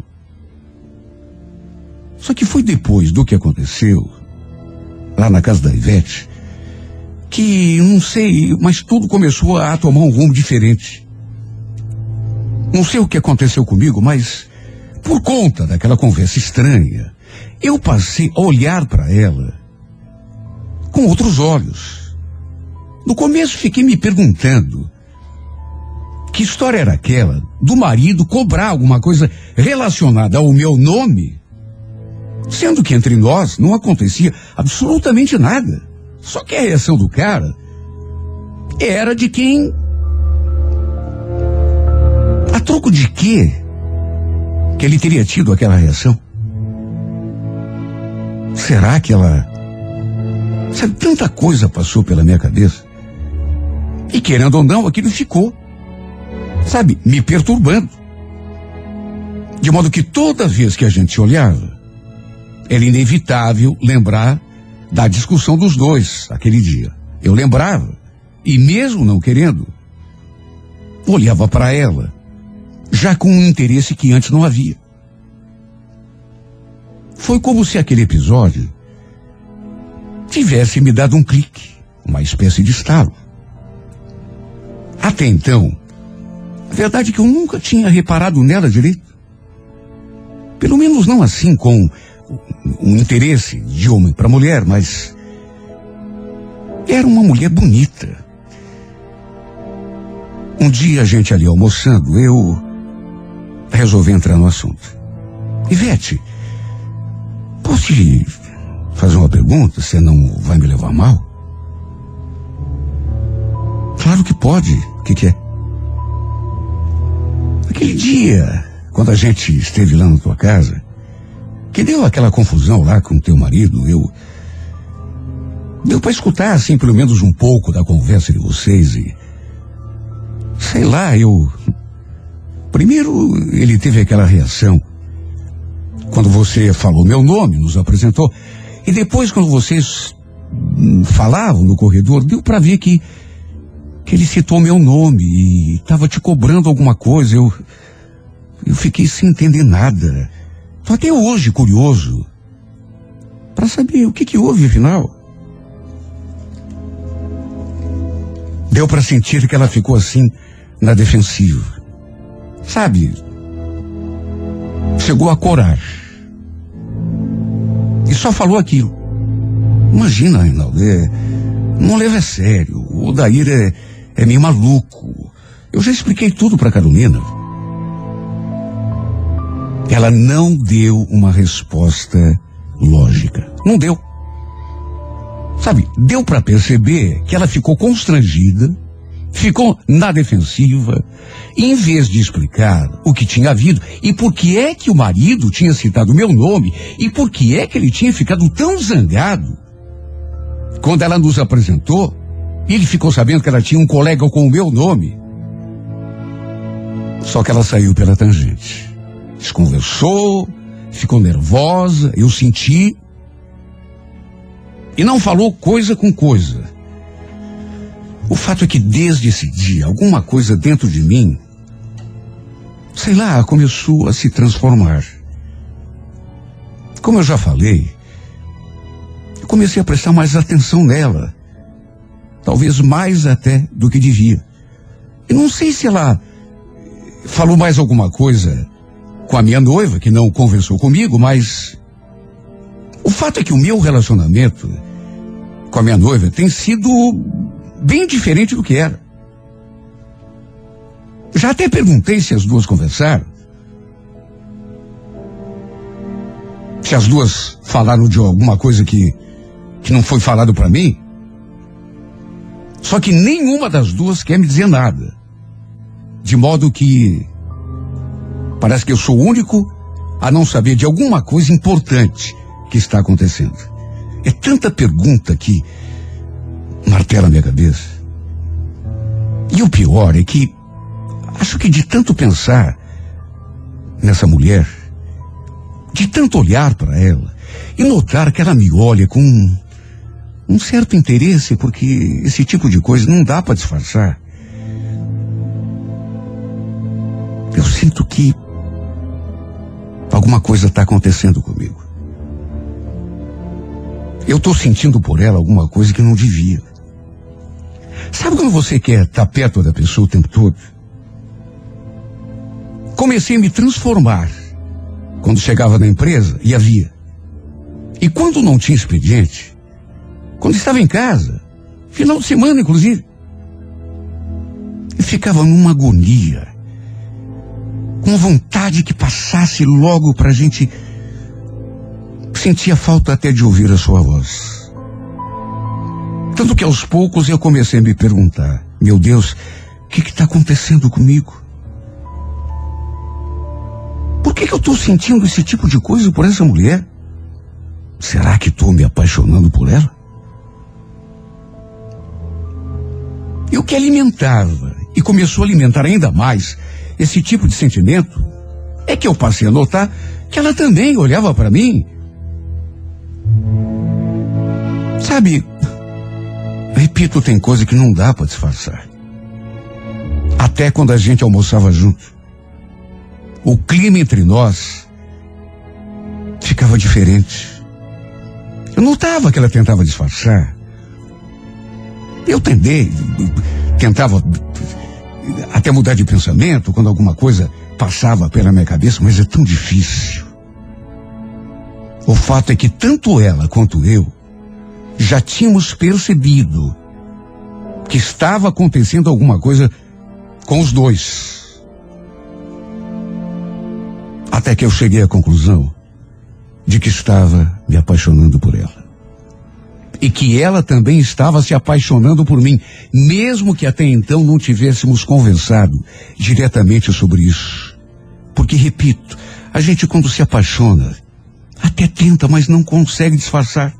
Só que foi depois do que aconteceu lá na casa da Ivete que, não sei, mas tudo começou a tomar um rumo diferente. Não sei o que aconteceu comigo, mas por conta daquela conversa estranha, eu passei a olhar para ela com outros olhos. No começo fiquei me perguntando que história era aquela do marido cobrar alguma coisa relacionada ao meu nome, sendo que entre nós não acontecia absolutamente nada. Só que a reação do cara era de quem... A troco de quê que ele teria tido aquela reação? Será que ela... Sabe, tanta coisa passou pela minha cabeça. E querendo ou não, aquilo ficou, sabe, me perturbando. De modo que toda vez que a gente se olhava, era inevitável lembrar da discussão dos dois aquele dia. Eu lembrava, e mesmo não querendo, olhava para ela, já com um interesse que antes não havia. Foi como se aquele episódio tivesse me dado um clique, uma espécie de estalo. Até então, a verdade é que eu nunca tinha reparado nela direito. Pelo menos não assim, com um interesse de homem para mulher, mas era uma mulher bonita. Um dia a gente ali almoçando, eu resolvi entrar no assunto. Ivete, posso te fazer uma pergunta? Você não vai me levar mal? Claro que pode. O que é? Aquele dia, quando a gente esteve lá na tua casa, que deu aquela confusão lá com teu marido, deu para escutar, assim, pelo menos um pouco da conversa de vocês e... Sei lá, Primeiro, ele teve aquela reação quando você falou meu nome, nos apresentou, e depois, quando vocês falavam no corredor, deu para ver que ele citou meu nome e estava te cobrando alguma coisa. Eu fiquei sem entender nada. Tô até hoje curioso para saber o que houve, afinal. Deu para sentir que ela ficou assim na defensiva. Sabe? Chegou a corar. E só falou aquilo. Imagina, Reinaldo, não leva a sério. O Odair é meio maluco. Eu já expliquei tudo para Carolina. Ela não deu uma resposta lógica. Não deu. Sabe, deu para perceber que ela ficou constrangida, ficou na defensiva, e em vez de explicar o que tinha havido e por que é que o marido tinha citado meu nome e por que é que ele tinha ficado tão zangado quando ela nos apresentou, e ele ficou sabendo que ela tinha um colega com o meu nome. Só que ela saiu pela tangente. Desconversou, ficou nervosa, eu senti, e não falou coisa com coisa. O fato é que desde esse dia, alguma coisa dentro de mim, sei lá, começou a se transformar. Como eu já falei, eu comecei a prestar mais atenção nela. Talvez mais até do que devia. Eu não sei se ela falou mais alguma coisa com a minha noiva, que não conversou comigo, mas o fato é que o meu relacionamento com a minha noiva tem sido bem diferente do que era. Já até perguntei se as duas conversaram, se as duas falaram de alguma coisa que não foi falado para mim. Só que nenhuma das duas quer me dizer nada. De modo que parece que eu sou o único a não saber de alguma coisa importante que está acontecendo. É tanta pergunta que martela a minha cabeça. E o pior é que acho que de tanto pensar, nessa mulher, de tanto olhar para ela e notar que ela me olha com um certo interesse, porque esse tipo de coisa não dá para disfarçar. Eu sinto que alguma coisa está acontecendo comigo. Eu estou sentindo por ela alguma coisa que não devia. Sabe quando você quer estar perto da pessoa o tempo todo? Comecei a me transformar quando chegava na empresa e havia. E quando não tinha expediente, quando estava em casa, final de semana inclusive, eu ficava numa agonia, com vontade que passasse logo pra gente. Sentia falta até de ouvir a sua voz. Tanto que aos poucos eu comecei a me perguntar: meu Deus, o que está acontecendo comigo? Por que eu estou sentindo esse tipo de coisa por essa mulher? Será que estou me apaixonando por ela? E o que alimentava e começou a alimentar ainda mais esse tipo de sentimento é que eu passei a notar que ela também olhava para mim. Sabe, repito, tem coisa que não dá para disfarçar. Até quando a gente almoçava junto, o clima entre nós ficava diferente. Eu notava que ela tentava disfarçar. Eu tentava até mudar de pensamento quando alguma coisa passava pela minha cabeça, mas é tão difícil. O fato é que tanto ela quanto eu já tínhamos percebido que estava acontecendo alguma coisa com os dois. Até que eu cheguei à conclusão de que estava me apaixonando por ela. E que ela também estava se apaixonando por mim, mesmo que até então não tivéssemos conversado diretamente sobre isso. Porque, repito, a gente quando se apaixona, até tenta, mas não consegue disfarçar.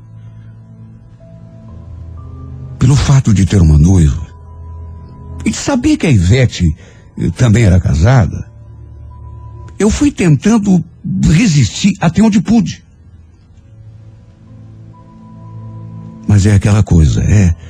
Pelo fato de ter uma noiva e de saber que a Ivete também era casada, eu fui tentando resistir até onde pude. Mas é aquela coisa,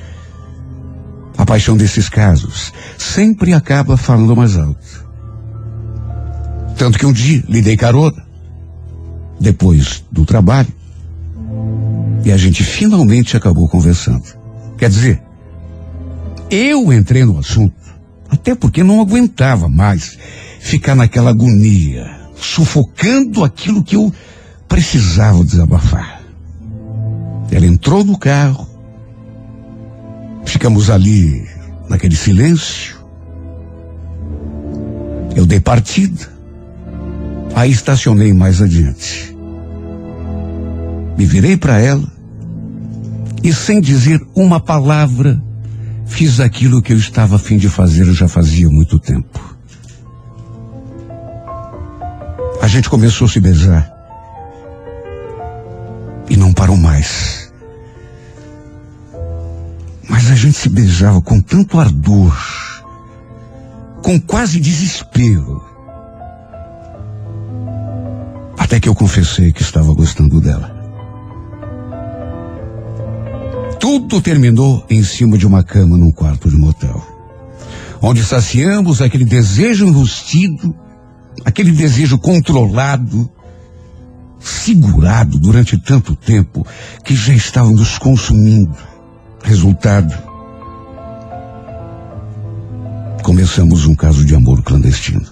a paixão desses casos sempre acaba falando mais alto. Tanto que um dia lhe dei carona, depois do trabalho, e a gente finalmente acabou conversando. Quer dizer, eu entrei no assunto, até porque não aguentava mais ficar naquela agonia, sufocando aquilo que eu precisava desabafar. Ela entrou no carro, ficamos ali naquele silêncio, eu dei partida, aí estacionei mais adiante. Me virei para ela e, sem dizer uma palavra, fiz aquilo que eu estava a fim de fazer já fazia muito tempo. A gente começou a se beijar e não parou mais. Mas a gente se beijava com tanto ardor, com quase desespero, até que eu confessei que estava gostando dela. Tudo terminou em cima de uma cama num quarto de motel, onde saciamos aquele desejo enrustido, aquele desejo controlado, segurado durante tanto tempo que já estava nos consumindo. Resultado, começamos um caso de amor clandestino.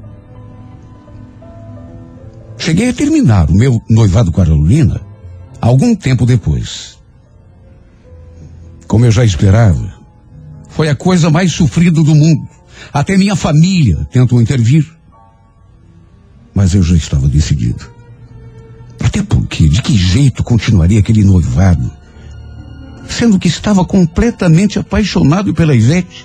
Cheguei a terminar o meu noivado com a Carolina algum tempo depois. Como eu já esperava, foi a coisa mais sofrida do mundo. Até minha família tentou intervir. Mas eu já estava decidido. Até porque, de que jeito continuaria aquele noivado, sendo que estava completamente apaixonado pela Ivete?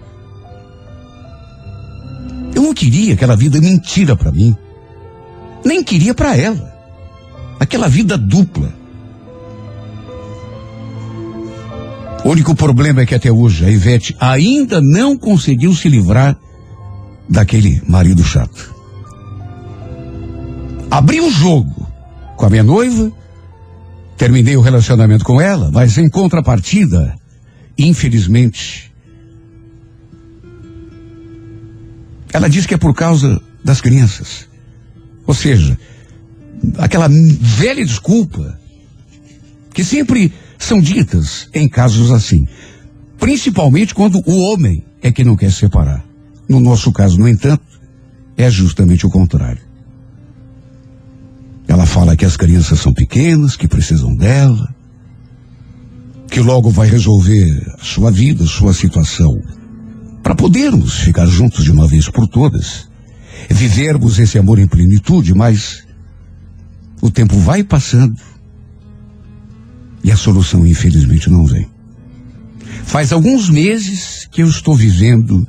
Eu não queria aquela vida mentira para mim. Nem queria para ela. Aquela vida dupla. O único problema é que até hoje a Ivete ainda não conseguiu se livrar daquele marido chato. Abri o jogo com a minha noiva, terminei o relacionamento com ela, mas em contrapartida, infelizmente, ela diz que é por causa das crianças. Ou seja, aquela velha desculpa que sempre são ditas em casos assim. Principalmente quando o homem é que não quer se separar. No nosso caso, no entanto, é justamente o contrário. Ela fala que as crianças são pequenas, que precisam dela, que logo vai resolver a sua vida, a sua situação, para podermos ficar juntos de uma vez por todas, vivermos esse amor em plenitude, mas o tempo vai passando e a solução, infelizmente, não vem. Faz alguns meses que eu estou vivendo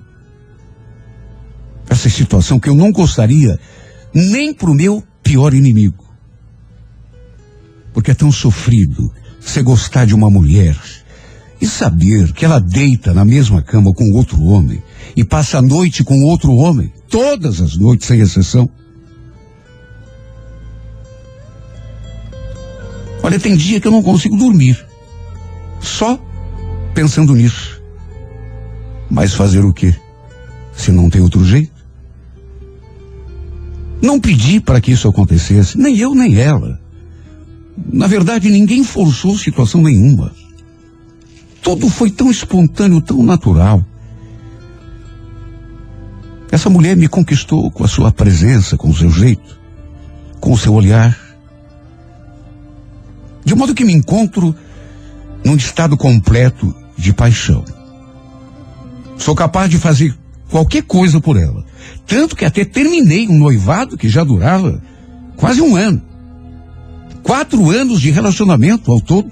essa situação que eu não gostaria nem pro meu pior inimigo. Porque é tão sofrido você gostar de uma mulher e saber que ela deita na mesma cama com outro homem e passa a noite com outro homem, todas as noites sem exceção. Olha, tem dia que eu não consigo dormir, só pensando nisso. Mas fazer o quê? Se não tem outro jeito? Não pedi para que isso acontecesse, nem eu nem ela. Na verdade, ninguém forçou situação nenhuma. Tudo foi tão espontâneo, tão natural. Essa mulher me conquistou com a sua presença, com o seu jeito, com o seu olhar. De modo que me encontro num estado completo de paixão. Sou capaz de fazer qualquer coisa por ela. Tanto que até terminei um noivado que já durava quase 1 ano. 4 anos de relacionamento ao todo.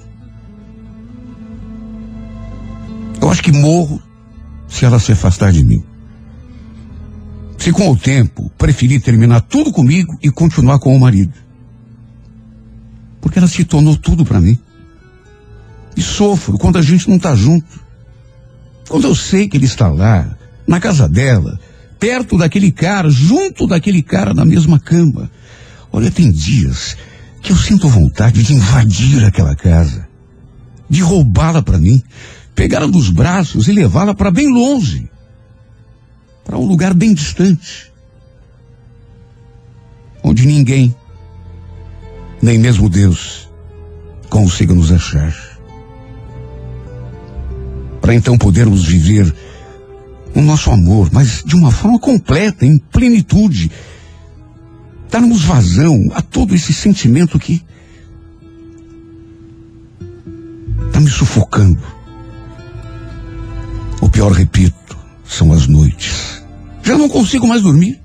Eu acho que morro se ela se afastar de mim. Se com o tempo preferir terminar tudo comigo e continuar com o marido. Porque ela se tornou tudo para mim. E sofro quando a gente não está junto. Quando eu sei que ele está lá, na casa dela, perto daquele cara, junto daquele cara na mesma cama. Olha, tem dias que eu sinto vontade de invadir aquela casa, de roubá-la para mim, pegá-la dos braços e levá-la para bem longe, para um lugar bem distante, onde ninguém, nem mesmo Deus, consiga nos achar, para então podermos viver o nosso amor, mas de uma forma completa, em plenitude, darmos vazão a todo esse sentimento que está me sufocando. O pior, repito, são as noites. Já não consigo mais dormir.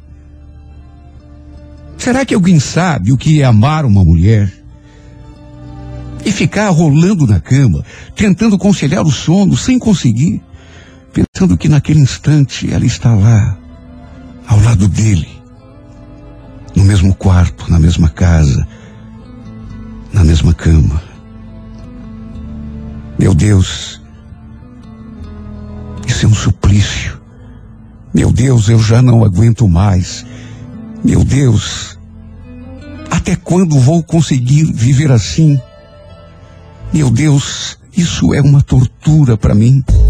Será que alguém sabe o que é amar uma mulher? E ficar rolando na cama, tentando conciliar o sono sem conseguir, pensando que naquele instante ela está lá, ao lado dele, no mesmo quarto, na mesma casa, na mesma cama. Meu Deus, isso é um suplício. Meu Deus, eu já não aguento mais. Meu Deus, até quando vou conseguir viver assim? Meu Deus, isso é uma tortura para mim.